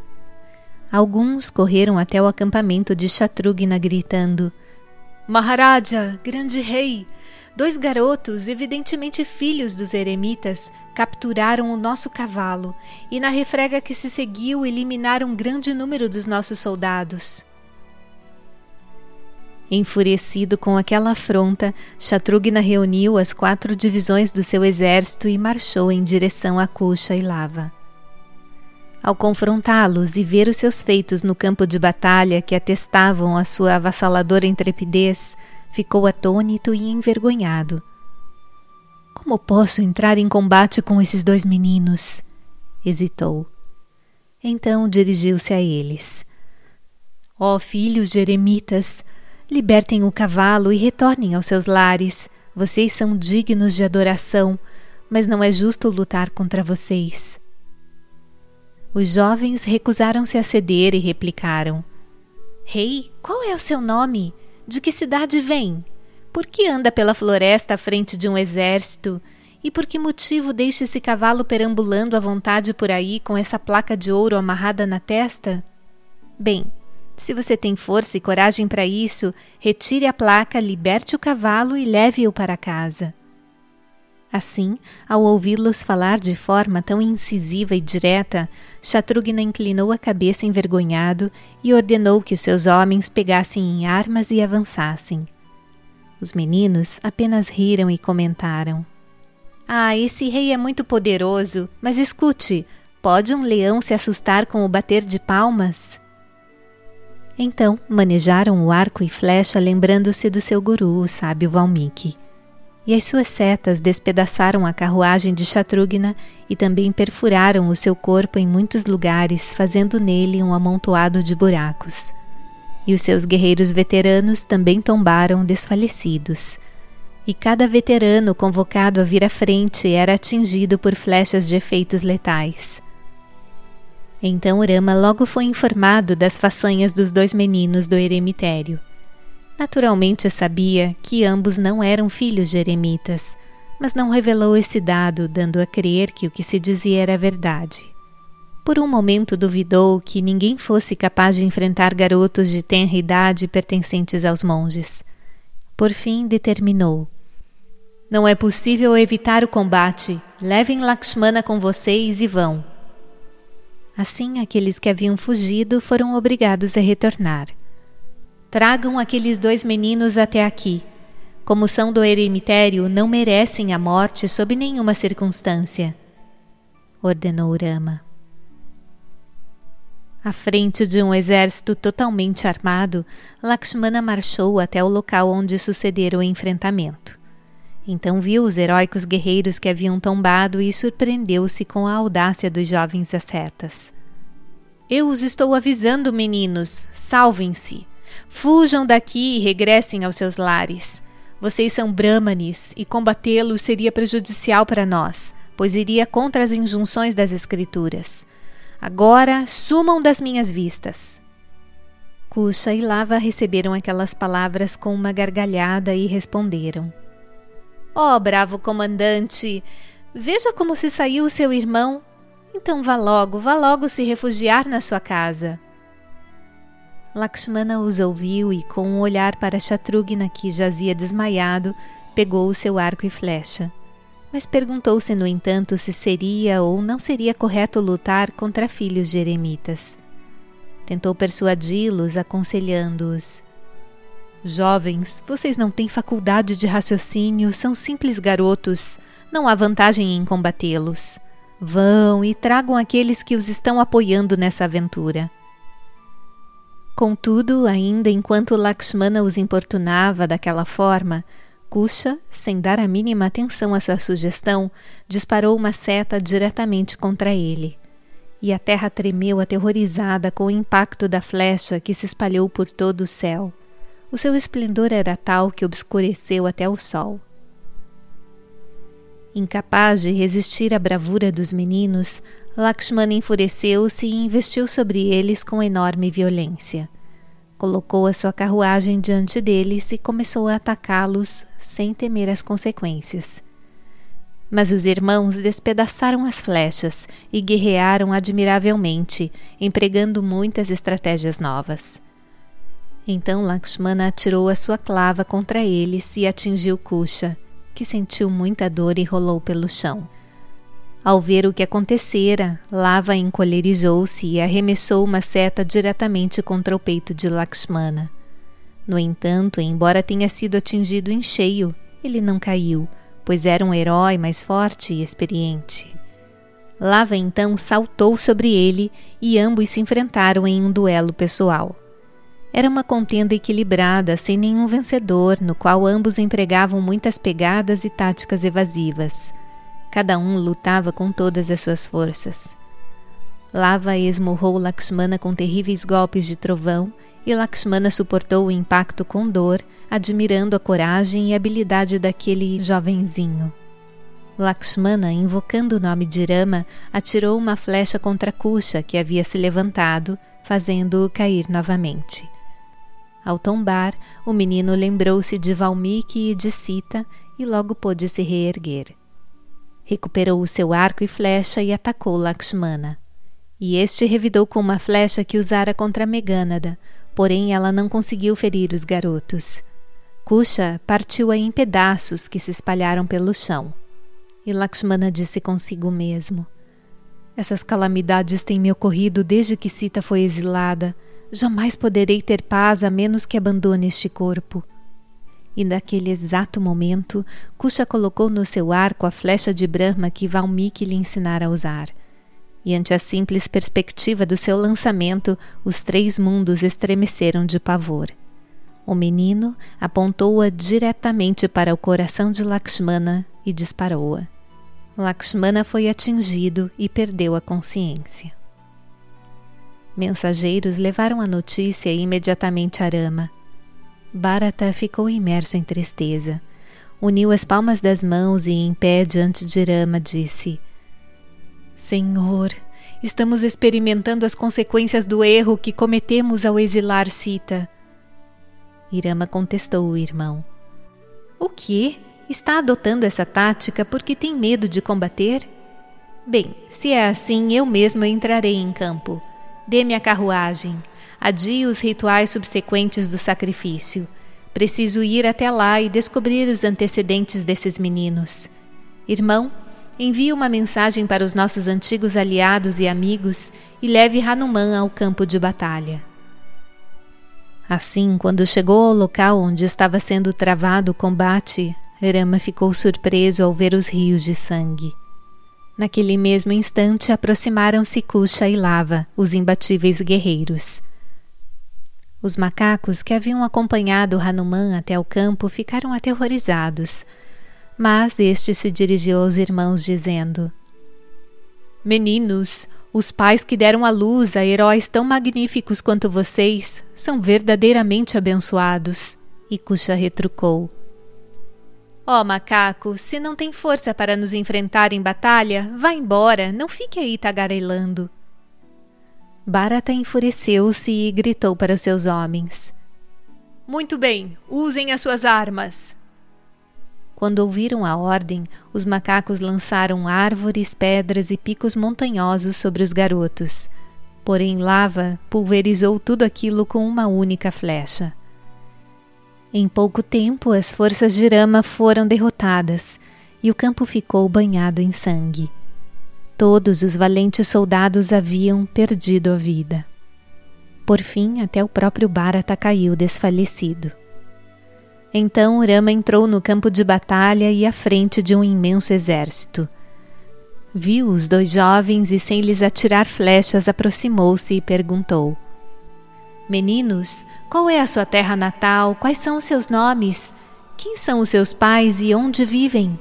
Alguns correram até o acampamento de Shatrughna gritando: Maharaja, grande rei, Dois garotos, evidentemente filhos dos eremitas, capturaram o nosso cavalo e na refrega que se seguiu eliminaram um grande número dos nossos soldados. Enfurecido com aquela afronta, Shatrugna reuniu as quatro divisões do seu exército e marchou em direção a Kusha e Lava. Ao confrontá-los e ver os seus feitos no campo de batalha que atestavam a sua avassaladora intrepidez, ficou atônito e envergonhado. Como posso entrar em combate com esses dois meninos? Hesitou. Então dirigiu-se a eles. Ó filhos de eremitas, libertem o cavalo e retornem aos seus lares. Vocês são dignos de adoração, mas não é justo lutar contra vocês. Os jovens recusaram-se a ceder e replicaram. Rei, qual é o seu nome? De que cidade vem? Por que anda pela floresta à frente de um exército? E por que motivo deixa esse cavalo perambulando à vontade por aí com essa placa de ouro amarrada na testa? Bem, se você tem força e coragem para isso, retire a placa, liberte o cavalo e leve-o para casa. Assim, ao ouvi-los falar de forma tão incisiva e direta, Shatrugna inclinou a cabeça envergonhado e ordenou que os seus homens pegassem em armas e avançassem. Os meninos apenas riram e comentaram. Ah, esse rei é muito poderoso, mas escute, pode um leão se assustar com o bater de palmas? Então manejaram o arco e flecha lembrando-se do seu guru, o sábio Valmiki. E as suas setas despedaçaram a carruagem de Shatrugna e também perfuraram o seu corpo em muitos lugares, fazendo nele um amontoado de buracos. E os seus guerreiros veteranos também tombaram desfalecidos. E cada veterano convocado a vir à frente era atingido por flechas de efeitos letais. Então Rama logo foi informado das façanhas dos dois meninos do eremitério. Naturalmente sabia que ambos não eram filhos de eremitas, mas não revelou esse dado, dando a crer que o que se dizia era verdade. Por um momento duvidou que ninguém fosse capaz de enfrentar garotos de tenra idade pertencentes aos monges. Por fim determinou. Não é possível evitar o combate. Levem Lakshmana com vocês e vão. Assim, aqueles que haviam fugido foram obrigados a retornar. Tragam aqueles dois meninos até aqui. Como são do eremitério, não merecem a morte sob nenhuma circunstância, ordenou Rama. À frente de um exército totalmente armado, Lakshmana marchou até o local onde sucedera o enfrentamento. Então viu os heróicos guerreiros que haviam tombado e surpreendeu-se com a audácia dos jovens ascetas. Eu os estou avisando, meninos, salvem-se! Fujam daqui e regressem aos seus lares. Vocês são brahmanes e combatê-los seria prejudicial para nós, pois iria contra as injunções das escrituras. Agora, sumam das minhas vistas. Kusha e Lava receberam aquelas palavras com uma gargalhada e responderam. Ó, oh, bravo comandante, veja como se saiu o seu irmão. Então vá logo, vá logo se refugiar na sua casa. Lakshmana os ouviu e, com um olhar para Shatrugna, que jazia desmaiado, pegou o seu arco e flecha. Mas perguntou-se, no entanto, se seria ou não seria correto lutar contra filhos de eremitas. Tentou persuadi-los, aconselhando-os. Jovens, vocês não têm faculdade de raciocínio, são simples garotos. Não há vantagem em combatê-los. Vão e tragam aqueles que os estão apoiando nessa aventura. Contudo, ainda enquanto Lakshmana os importunava daquela forma, Kusha, sem dar a mínima atenção à sua sugestão, disparou uma seta diretamente contra ele. E a terra tremeu aterrorizada com o impacto da flecha que se espalhou por todo o céu. O seu esplendor era tal que obscureceu até o sol. Incapaz de resistir à bravura dos meninos, Lakshmana enfureceu-se e investiu sobre eles com enorme violência. Colocou a sua carruagem diante deles e começou a atacá-los sem temer as consequências. Mas os irmãos despedaçaram as flechas e guerrearam admiravelmente, empregando muitas estratégias novas. Então Lakshmana atirou a sua clava contra eles e atingiu Kusha, que sentiu muita dor e rolou pelo chão. Ao ver o que acontecera, Lava encolerizou-se e arremessou uma seta diretamente contra o peito de Lakshmana. No entanto, embora tenha sido atingido em cheio, ele não caiu, pois era um herói mais forte e experiente. Lava então saltou sobre ele e ambos se enfrentaram em um duelo pessoal. Era uma contenda equilibrada, sem nenhum vencedor, no qual ambos empregavam muitas pegadas e táticas evasivas. Cada um lutava com todas as suas forças. Lava esmurrou Lakshmana com terríveis golpes de trovão e Lakshmana suportou o impacto com dor, admirando a coragem e habilidade daquele jovenzinho. Lakshmana, invocando o nome de Rama, atirou uma flecha contra Kusha, que havia se levantado, fazendo-o cair novamente. Ao tombar, o menino lembrou-se de Valmiki e de Sita e logo pôde se reerguer. Recuperou o seu arco e flecha e atacou Lakshmana. E este revidou com uma flecha que usara contra Meghanada, porém ela não conseguiu ferir os garotos. Kusha partiu-a em pedaços que se espalharam pelo chão. E Lakshmana disse consigo mesmo: essas calamidades têm me ocorrido desde que Sita foi exilada. Jamais poderei ter paz a menos que abandone este corpo. E naquele exato momento, Kusha colocou no seu arco a flecha de Brahma que Valmiki lhe ensinara a usar. E ante a simples perspectiva do seu lançamento, os três mundos estremeceram de pavor. O menino apontou-a diretamente para o coração de Lakshmana e disparou-a. Lakshmana foi atingido e perdeu a consciência. Mensageiros levaram a notícia imediatamente a Rama. Bharata ficou imerso em tristeza. Uniu as palmas das mãos e, em pé diante de Rama, disse: Senhor, estamos experimentando as consequências do erro que cometemos ao exilar Sita. E Rama contestou o irmão: O quê? Está adotando essa tática porque tem medo de combater? Bem, se é assim, eu mesmo entrarei em campo. Dê-me a carruagem. Adie os rituais subsequentes do sacrifício. Preciso ir até lá e descobrir os antecedentes desses meninos. Irmão, envie uma mensagem para os nossos antigos aliados e amigos e leve Hanuman ao campo de batalha. Assim, quando chegou ao local onde estava sendo travado o combate, Rama ficou surpreso ao ver os rios de sangue. Naquele mesmo instante aproximaram-se Kusha e Lava, os imbatíveis guerreiros. Os macacos que haviam acompanhado Hanuman até o campo ficaram aterrorizados, mas este se dirigiu aos irmãos dizendo: Meninos, os pais que deram à luz a heróis tão magníficos quanto vocês são verdadeiramente abençoados. E Kusha retrucou: Ó oh, macaco, se não tem força para nos enfrentar em batalha, vá embora, não fique aí tagarelando. Bharata enfureceu-se e gritou para os seus homens: Muito bem, usem as suas armas. Quando ouviram a ordem, os macacos lançaram árvores, pedras e picos montanhosos sobre os garotos. Porém, Lava pulverizou tudo aquilo com uma única flecha. Em pouco tempo, as forças de Rama foram derrotadas e o campo ficou banhado em sangue. Todos os valentes soldados haviam perdido a vida. Por fim, até o próprio Bharata caiu desfalecido. Então Rama entrou no campo de batalha e à frente de um imenso exército. Viu os dois jovens e, sem lhes atirar flechas, aproximou-se e perguntou: Meninos, qual é a sua terra natal? Quais são os seus nomes? Quem são os seus pais e onde vivem?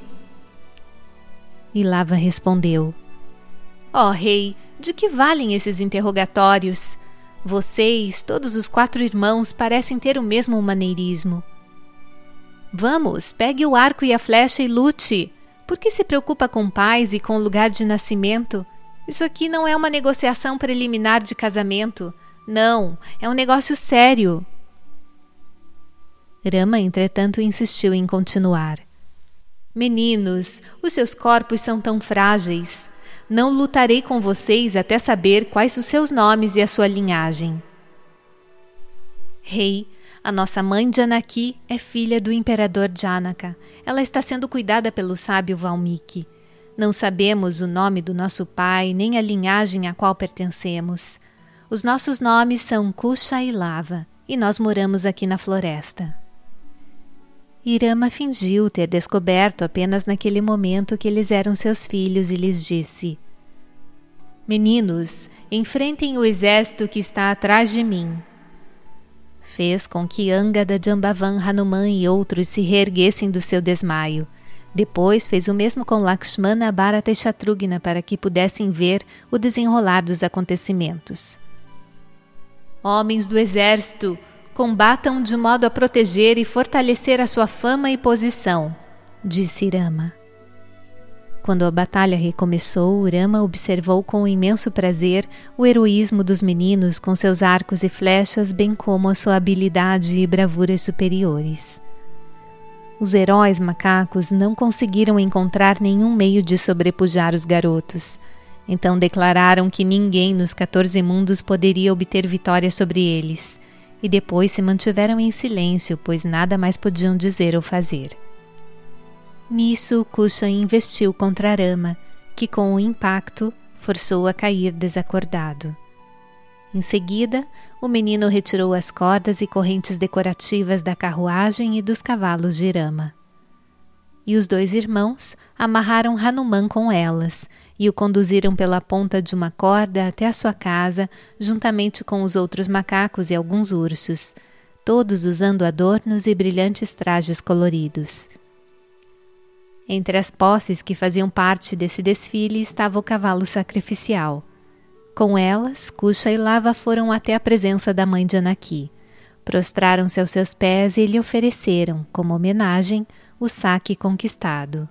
E Lava respondeu: Ó rei, de que valem esses interrogatórios? Vocês, todos os quatro irmãos, parecem ter o mesmo maneirismo. Vamos, pegue o arco e a flecha e lute. Por que se preocupa com pais e com lugar de nascimento? Isso aqui não é uma negociação preliminar de casamento. Não, é um negócio sério. Rama, entretanto, insistiu em continuar. Meninos, os seus corpos são tão frágeis. Não lutarei com vocês até saber quais os seus nomes e a sua linhagem. Rei, A nossa mãe Janaki é filha do imperador Janaka. Ela está sendo cuidada pelo sábio Valmiki. Não sabemos o nome do nosso pai, nem a linhagem a qual pertencemos. Os nossos nomes são Kusha e Lava, e nós moramos aqui na floresta. Irama fingiu ter descoberto apenas naquele momento que eles eram seus filhos e lhes disse: Meninos, enfrentem o exército que está atrás de mim. Fez com que Angada, Jambavan, Hanuman e outros se reerguessem do seu desmaio. Depois fez o mesmo com Lakshmana, Bharata e Shatrugna para que pudessem ver o desenrolar dos acontecimentos. Homens do exército, combatam de modo a proteger e fortalecer a sua fama e posição, disse Rama. Quando a batalha recomeçou, Rama observou com imenso prazer o heroísmo dos meninos com seus arcos e flechas, bem como a sua habilidade e bravura superiores. Os heróis macacos não conseguiram encontrar nenhum meio de sobrepujar os garotos. Então declararam que ninguém nos quatorze mundos poderia obter vitória sobre eles, e depois se mantiveram em silêncio, pois nada mais podiam dizer ou fazer. Nisso, Kusha investiu contra Rama, que com o impacto forçou a cair desacordado. Em seguida, o menino retirou as cordas e correntes decorativas da carruagem e dos cavalos de Rama. E os dois irmãos amarraram Hanuman com elas e o conduziram pela ponta de uma corda até a sua casa, juntamente com os outros macacos e alguns ursos, todos usando adornos e brilhantes trajes coloridos. Entre as posses que faziam parte desse desfile estava o cavalo sacrificial. Com elas, Kusha e Lava foram até a presença da mãe Janaki. Prostraram-se aos seus pés e lhe ofereceram, como homenagem, o saque conquistado.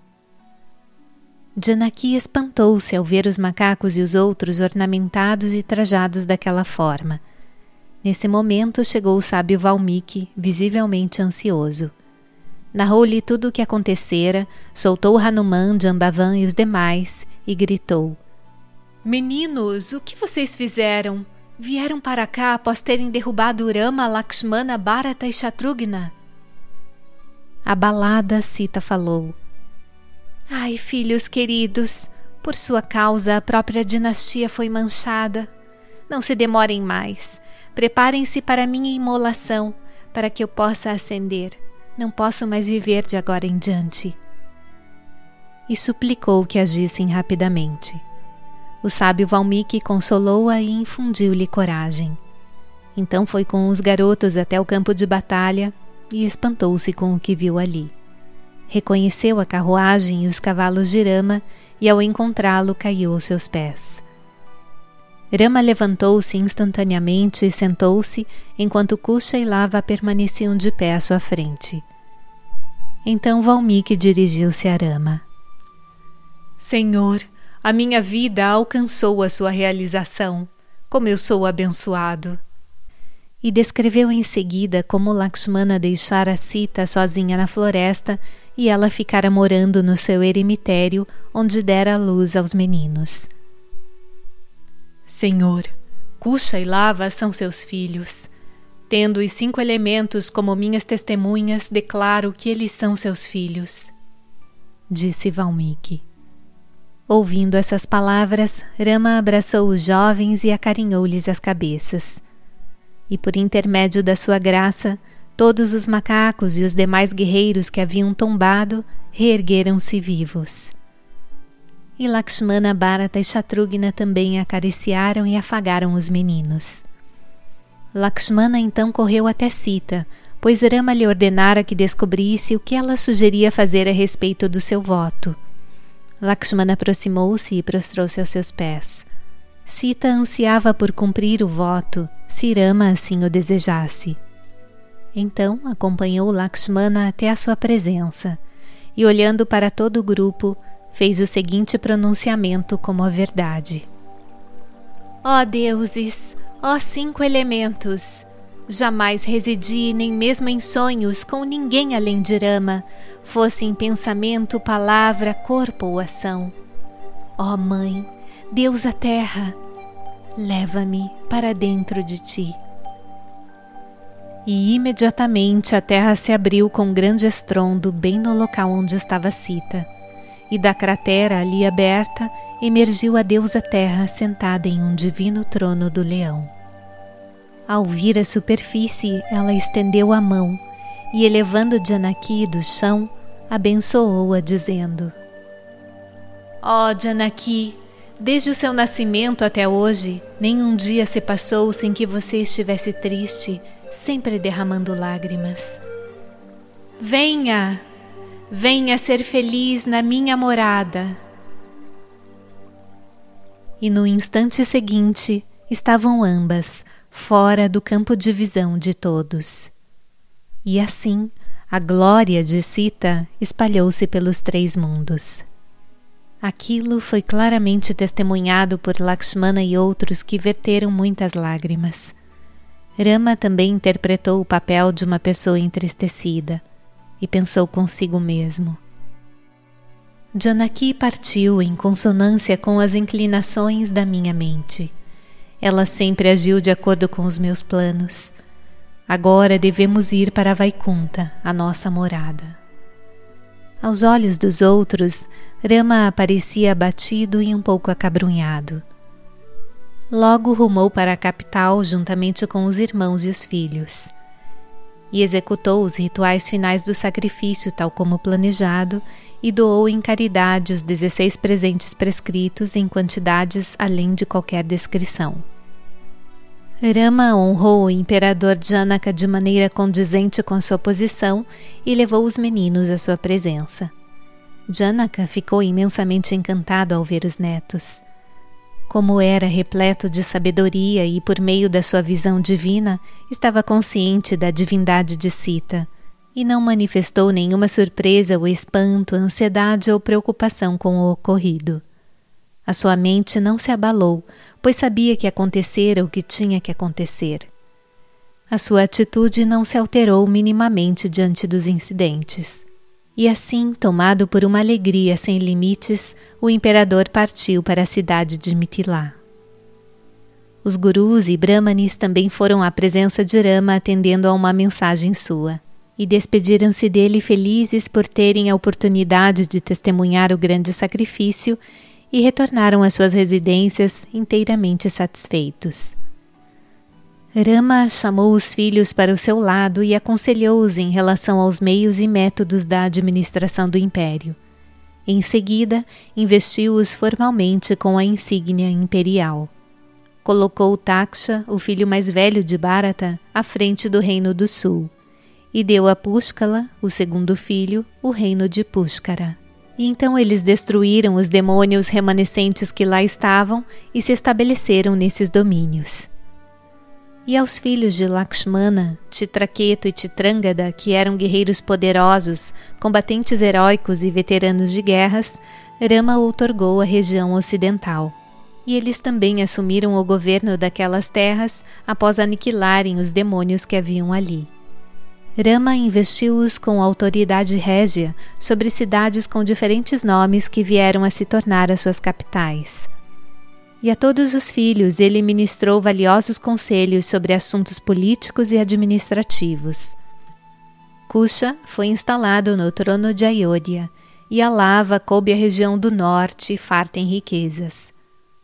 Janaki espantou-se ao ver os macacos e os outros ornamentados e trajados daquela forma. Nesse momento chegou o sábio Valmiki, visivelmente ansioso. Narrou-lhe tudo o que acontecera, soltou Hanuman, Jambavan e os demais e gritou: Meninos, o que vocês fizeram? Vieram para cá após terem derrubado Rama, Lakshmana, Bharata e Shatrugna? Abalada, Sita falou: Ai, filhos queridos, por sua causa a própria dinastia foi manchada. Não se demorem mais. Preparem-se para minha imolação, para que eu possa ascender. Não posso mais viver de agora em diante. E suplicou que agissem rapidamente. O sábio Valmiki consolou-a e infundiu-lhe coragem. Então foi com os garotos até o campo de batalha e espantou-se com o que viu ali. Reconheceu a carruagem e os cavalos de Rama e ao encontrá-lo caiu aos seus pés. Rama levantou-se instantaneamente e sentou-se, enquanto Kusha e Lava permaneciam de pé à sua frente. Então Valmiki dirigiu-se a Rama. Senhor, a minha vida alcançou a sua realização, como eu sou abençoado. E descreveu em seguida como Lakshmana deixara Sita sozinha na floresta e ela ficara morando no seu eremitério, onde dera luz aos meninos. Senhor, Kusha e Lava são seus filhos. Tendo os cinco elementos como minhas testemunhas, declaro que eles são seus filhos, disse Valmiki. Ouvindo essas palavras, Rama abraçou os jovens e acarinhou-lhes as cabeças. E por intermédio da sua graça, todos os macacos e os demais guerreiros que haviam tombado reergueram-se vivos. E Lakshmana, Bharata e Shatrugna também acariciaram e afagaram os meninos. Lakshmana então correu até Sita, pois Rama lhe ordenara que descobrisse o que ela sugeria fazer a respeito do seu voto. Lakshmana aproximou-se e prostrou-se aos seus pés. Sita ansiava por cumprir o voto, se Rama assim o desejasse. Então acompanhou Lakshmana até a sua presença e, olhando para todo o grupo, fez o seguinte pronunciamento como a verdade: Ó deuses, ó cinco elementos, jamais residi nem mesmo em sonhos com ninguém além de Rama, fosse em pensamento, palavra, corpo ou ação. Ó Mãe, Deusa Terra, leva-me para dentro de ti. E imediatamente a terra se abriu com grande estrondo bem no local onde estava Sita, e da cratera ali aberta emergiu a deusa Terra sentada em um divino trono do leão. Ao vir a superfície, ela estendeu a mão e, elevando Janaki do chão, abençoou-a dizendo: Ó Janaki, desde o seu nascimento até hoje, nenhum dia se passou sem que você estivesse triste, sempre derramando lágrimas. Venha, venha ser feliz na minha morada. E no instante seguinte, estavam ambas fora do campo de visão de todos. E assim, a glória de Sita espalhou-se pelos três mundos. Aquilo foi claramente testemunhado por Lakshmana e outros que verteram muitas lágrimas. Rama também interpretou o papel de uma pessoa entristecida e pensou consigo mesmo: Janaki partiu em consonância com as inclinações da minha mente. Ela sempre agiu de acordo com os meus planos. Agora devemos ir para Vaikunta, a nossa morada. Aos olhos dos outros, Rama parecia abatido e um pouco acabrunhado. Logo rumou para a capital juntamente com os irmãos e os filhos, e executou os rituais finais do sacrifício tal como planejado e doou em caridade os dezesseis presentes prescritos em quantidades além de qualquer descrição. Rama honrou o imperador Janaka de maneira condizente com a sua posição e levou os meninos à sua presença. Janaka ficou imensamente encantado ao ver os netos. Como era repleto de sabedoria e, por meio da sua visão divina, estava consciente da divindade de Sita, e não manifestou nenhuma surpresa ou espanto, ansiedade ou preocupação com o ocorrido. A sua mente não se abalou, pois sabia que acontecera o que tinha que acontecer. A sua atitude não se alterou minimamente diante dos incidentes. E assim, tomado por uma alegria sem limites, o imperador partiu para a cidade de Mithila. Os gurus e brahmanes também foram à presença de Rama atendendo a uma mensagem sua, e despediram-se dele felizes por terem a oportunidade de testemunhar o grande sacrifício e retornaram às suas residências inteiramente satisfeitos. Rama chamou os filhos para o seu lado e aconselhou-os em relação aos meios e métodos da administração do império. Em seguida, investiu-os formalmente com a insígnia imperial. Colocou Taksha, o filho mais velho de Bharata, à frente do reino do sul, e deu a Pushkala, o segundo filho, o reino de Pushkara. E então eles destruíram os demônios remanescentes que lá estavam e se estabeleceram nesses domínios. E aos filhos de Lakshmana, Chitraketu e Chitrangada, que eram guerreiros poderosos, combatentes heróicos e veteranos de guerras, Rama outorgou a região ocidental. E eles também assumiram o governo daquelas terras após aniquilarem os demônios que haviam ali. Rama investiu-os com autoridade régia sobre cidades com diferentes nomes que vieram a se tornar as suas capitais. E a todos os filhos ele ministrou valiosos conselhos sobre assuntos políticos e administrativos. Kusha foi instalado no trono de Ayodhya e a Lava coube a região do norte, farta em riquezas.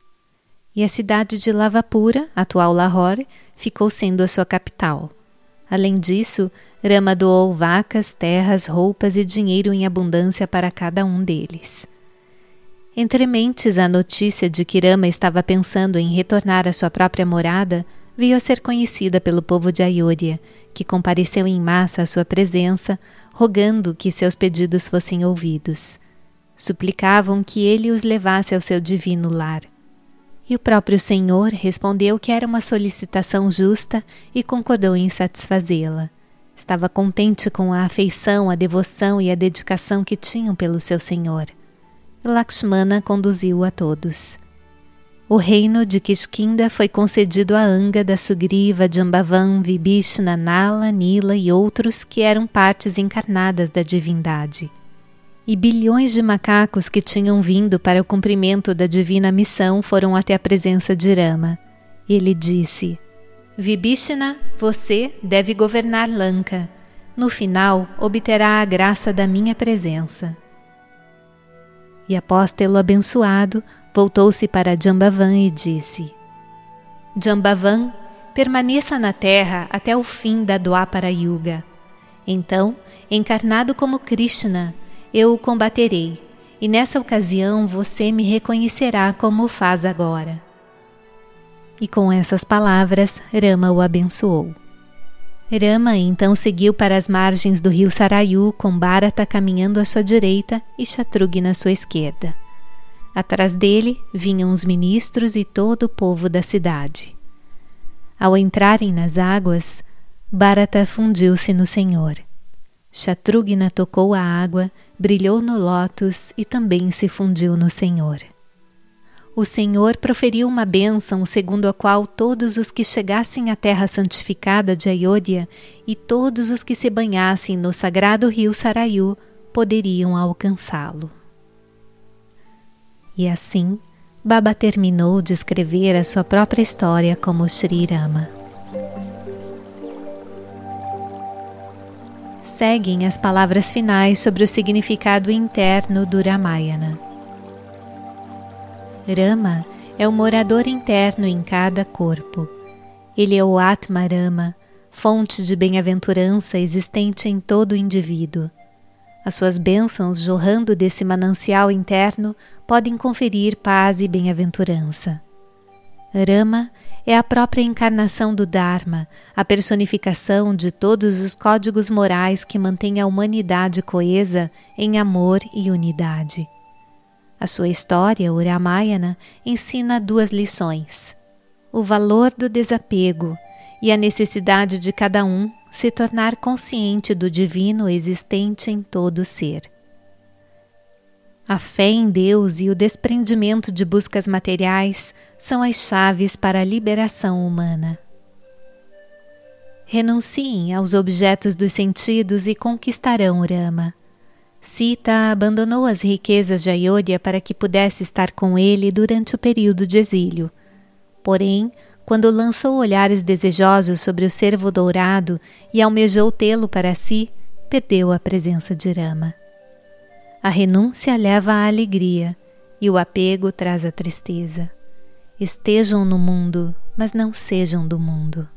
E a cidade de Lavapura, atual Lahore, ficou sendo a sua capital. Além disso, Rama doou vacas, terras, roupas e dinheiro em abundância para cada um deles. Entre mentes, a notícia de que Rama estava pensando em retornar à sua própria morada veio a ser conhecida pelo povo de Ayodhya, que compareceu em massa à sua presença, rogando que seus pedidos fossem ouvidos. Suplicavam que ele os levasse ao seu divino lar. E o próprio Senhor respondeu que era uma solicitação justa e concordou em satisfazê-la. Estava contente com a afeição, a devoção e a dedicação que tinham pelo seu Senhor. Lakshmana conduziu a todos. O reino de Kishkinda foi concedido a Angada, Sugriva, Jambavan, Vibhishna, Nala, Nila e outros que eram partes encarnadas da divindade. E bilhões de macacos que tinham vindo para o cumprimento da divina missão foram até a presença de Rama. Ele disse: Vibhishana, você deve governar Lanka. No final, obterá a graça da minha presença. E após tê-lo abençoado, voltou-se para Jambavan e disse: Jambavan, permaneça na terra até o fim da Dwapara Yuga. Então, encarnado como Krishna, eu o combaterei, e nessa ocasião você me reconhecerá como o faz agora. E com essas palavras, Rama o abençoou. Rama então seguiu para as margens do rio Sarayu, com Bharata caminhando à sua direita e Shatrughna à sua esquerda. Atrás dele vinham os ministros e todo o povo da cidade. Ao entrarem nas águas, Bharata fundiu-se no Senhor. Shatrughna tocou a água, brilhou no lótus e também se fundiu no Senhor. O Senhor proferiu uma bênção segundo a qual todos os que chegassem à terra santificada de Ayodhya e todos os que se banhassem no sagrado rio Sarayu poderiam alcançá-lo. E assim, Baba terminou de escrever a sua própria história como Sri Rama. Seguem as palavras finais sobre o significado interno do Ramayana. Rama é o morador interno em cada corpo. Ele é o Atma Rama, fonte de bem-aventurança existente em todo o indivíduo. As suas bênçãos jorrando desse manancial interno podem conferir paz e bem-aventurança. Rama é a própria encarnação do Dharma, a personificação de todos os códigos morais que mantêm a humanidade coesa em amor e unidade. A sua história, o Ramayana, ensina duas lições: o valor do desapego e a necessidade de cada um se tornar consciente do divino existente em todo o ser. A fé em Deus e o desprendimento de buscas materiais são as chaves para a liberação humana. Renunciem aos objetos dos sentidos e conquistarão o Rama. Sita abandonou as riquezas de Ayodhya para que pudesse estar com ele durante o período de exílio. Porém, quando lançou olhares desejosos sobre o cervo dourado e almejou tê-lo para si, perdeu a presença de Rama. A renúncia leva à alegria e o apego traz a tristeza. Estejam no mundo, mas não sejam do mundo.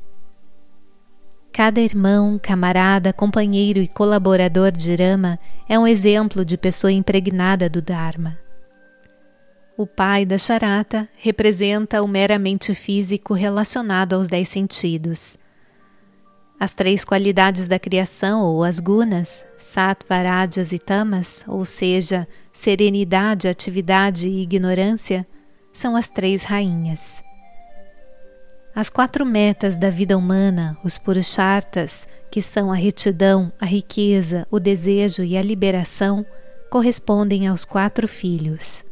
Cada irmão, camarada, companheiro e colaborador de Rama é um exemplo de pessoa impregnada do Dharma. O pai da Charata representa o meramente físico relacionado aos dez sentidos. As três qualidades da criação, ou as gunas, sattva, rajas e tamas, ou seja, serenidade, atividade e ignorância, são as três rainhas. As quatro metas da vida humana, os purusharthas, que são a retidão, a riqueza, o desejo e a liberação, correspondem aos quatro filhos.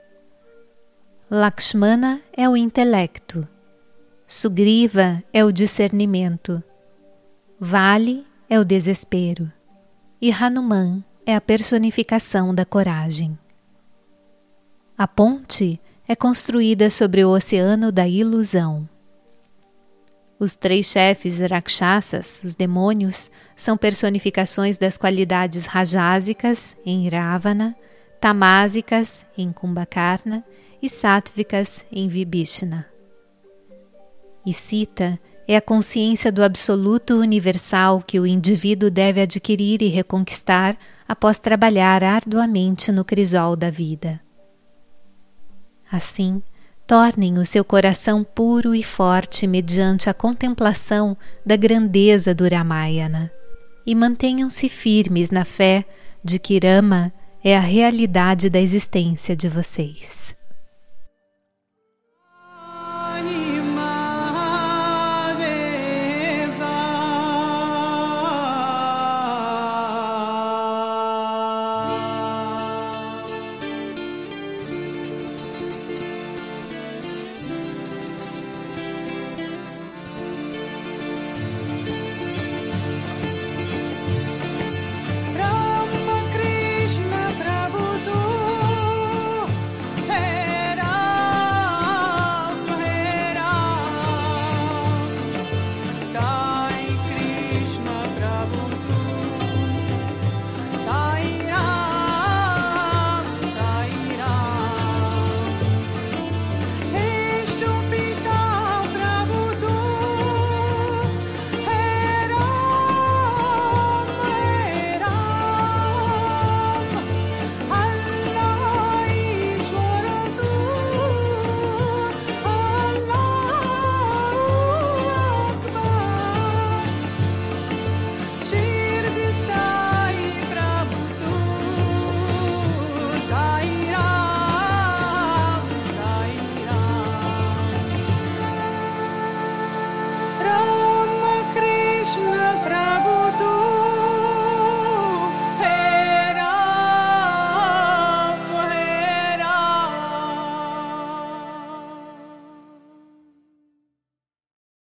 Lakshmana é o intelecto, Sugriva é o discernimento, Vali é o desespero e Hanuman é a personificação da coragem. A ponte é construída sobre o oceano da ilusão. Os três chefes rakshasas, os demônios, são personificações das qualidades rajásicas em Ravana, tamásicas em Kumbhakarna e sáttvicas em Vibhishana. E Sita é a consciência do absoluto universal que o indivíduo deve adquirir e reconquistar após trabalhar arduamente no crisol da vida. Assim, tornem o seu coração puro e forte mediante a contemplação da grandeza do Ramayana e mantenham-se firmes na fé de que Rama é a realidade da existência de vocês.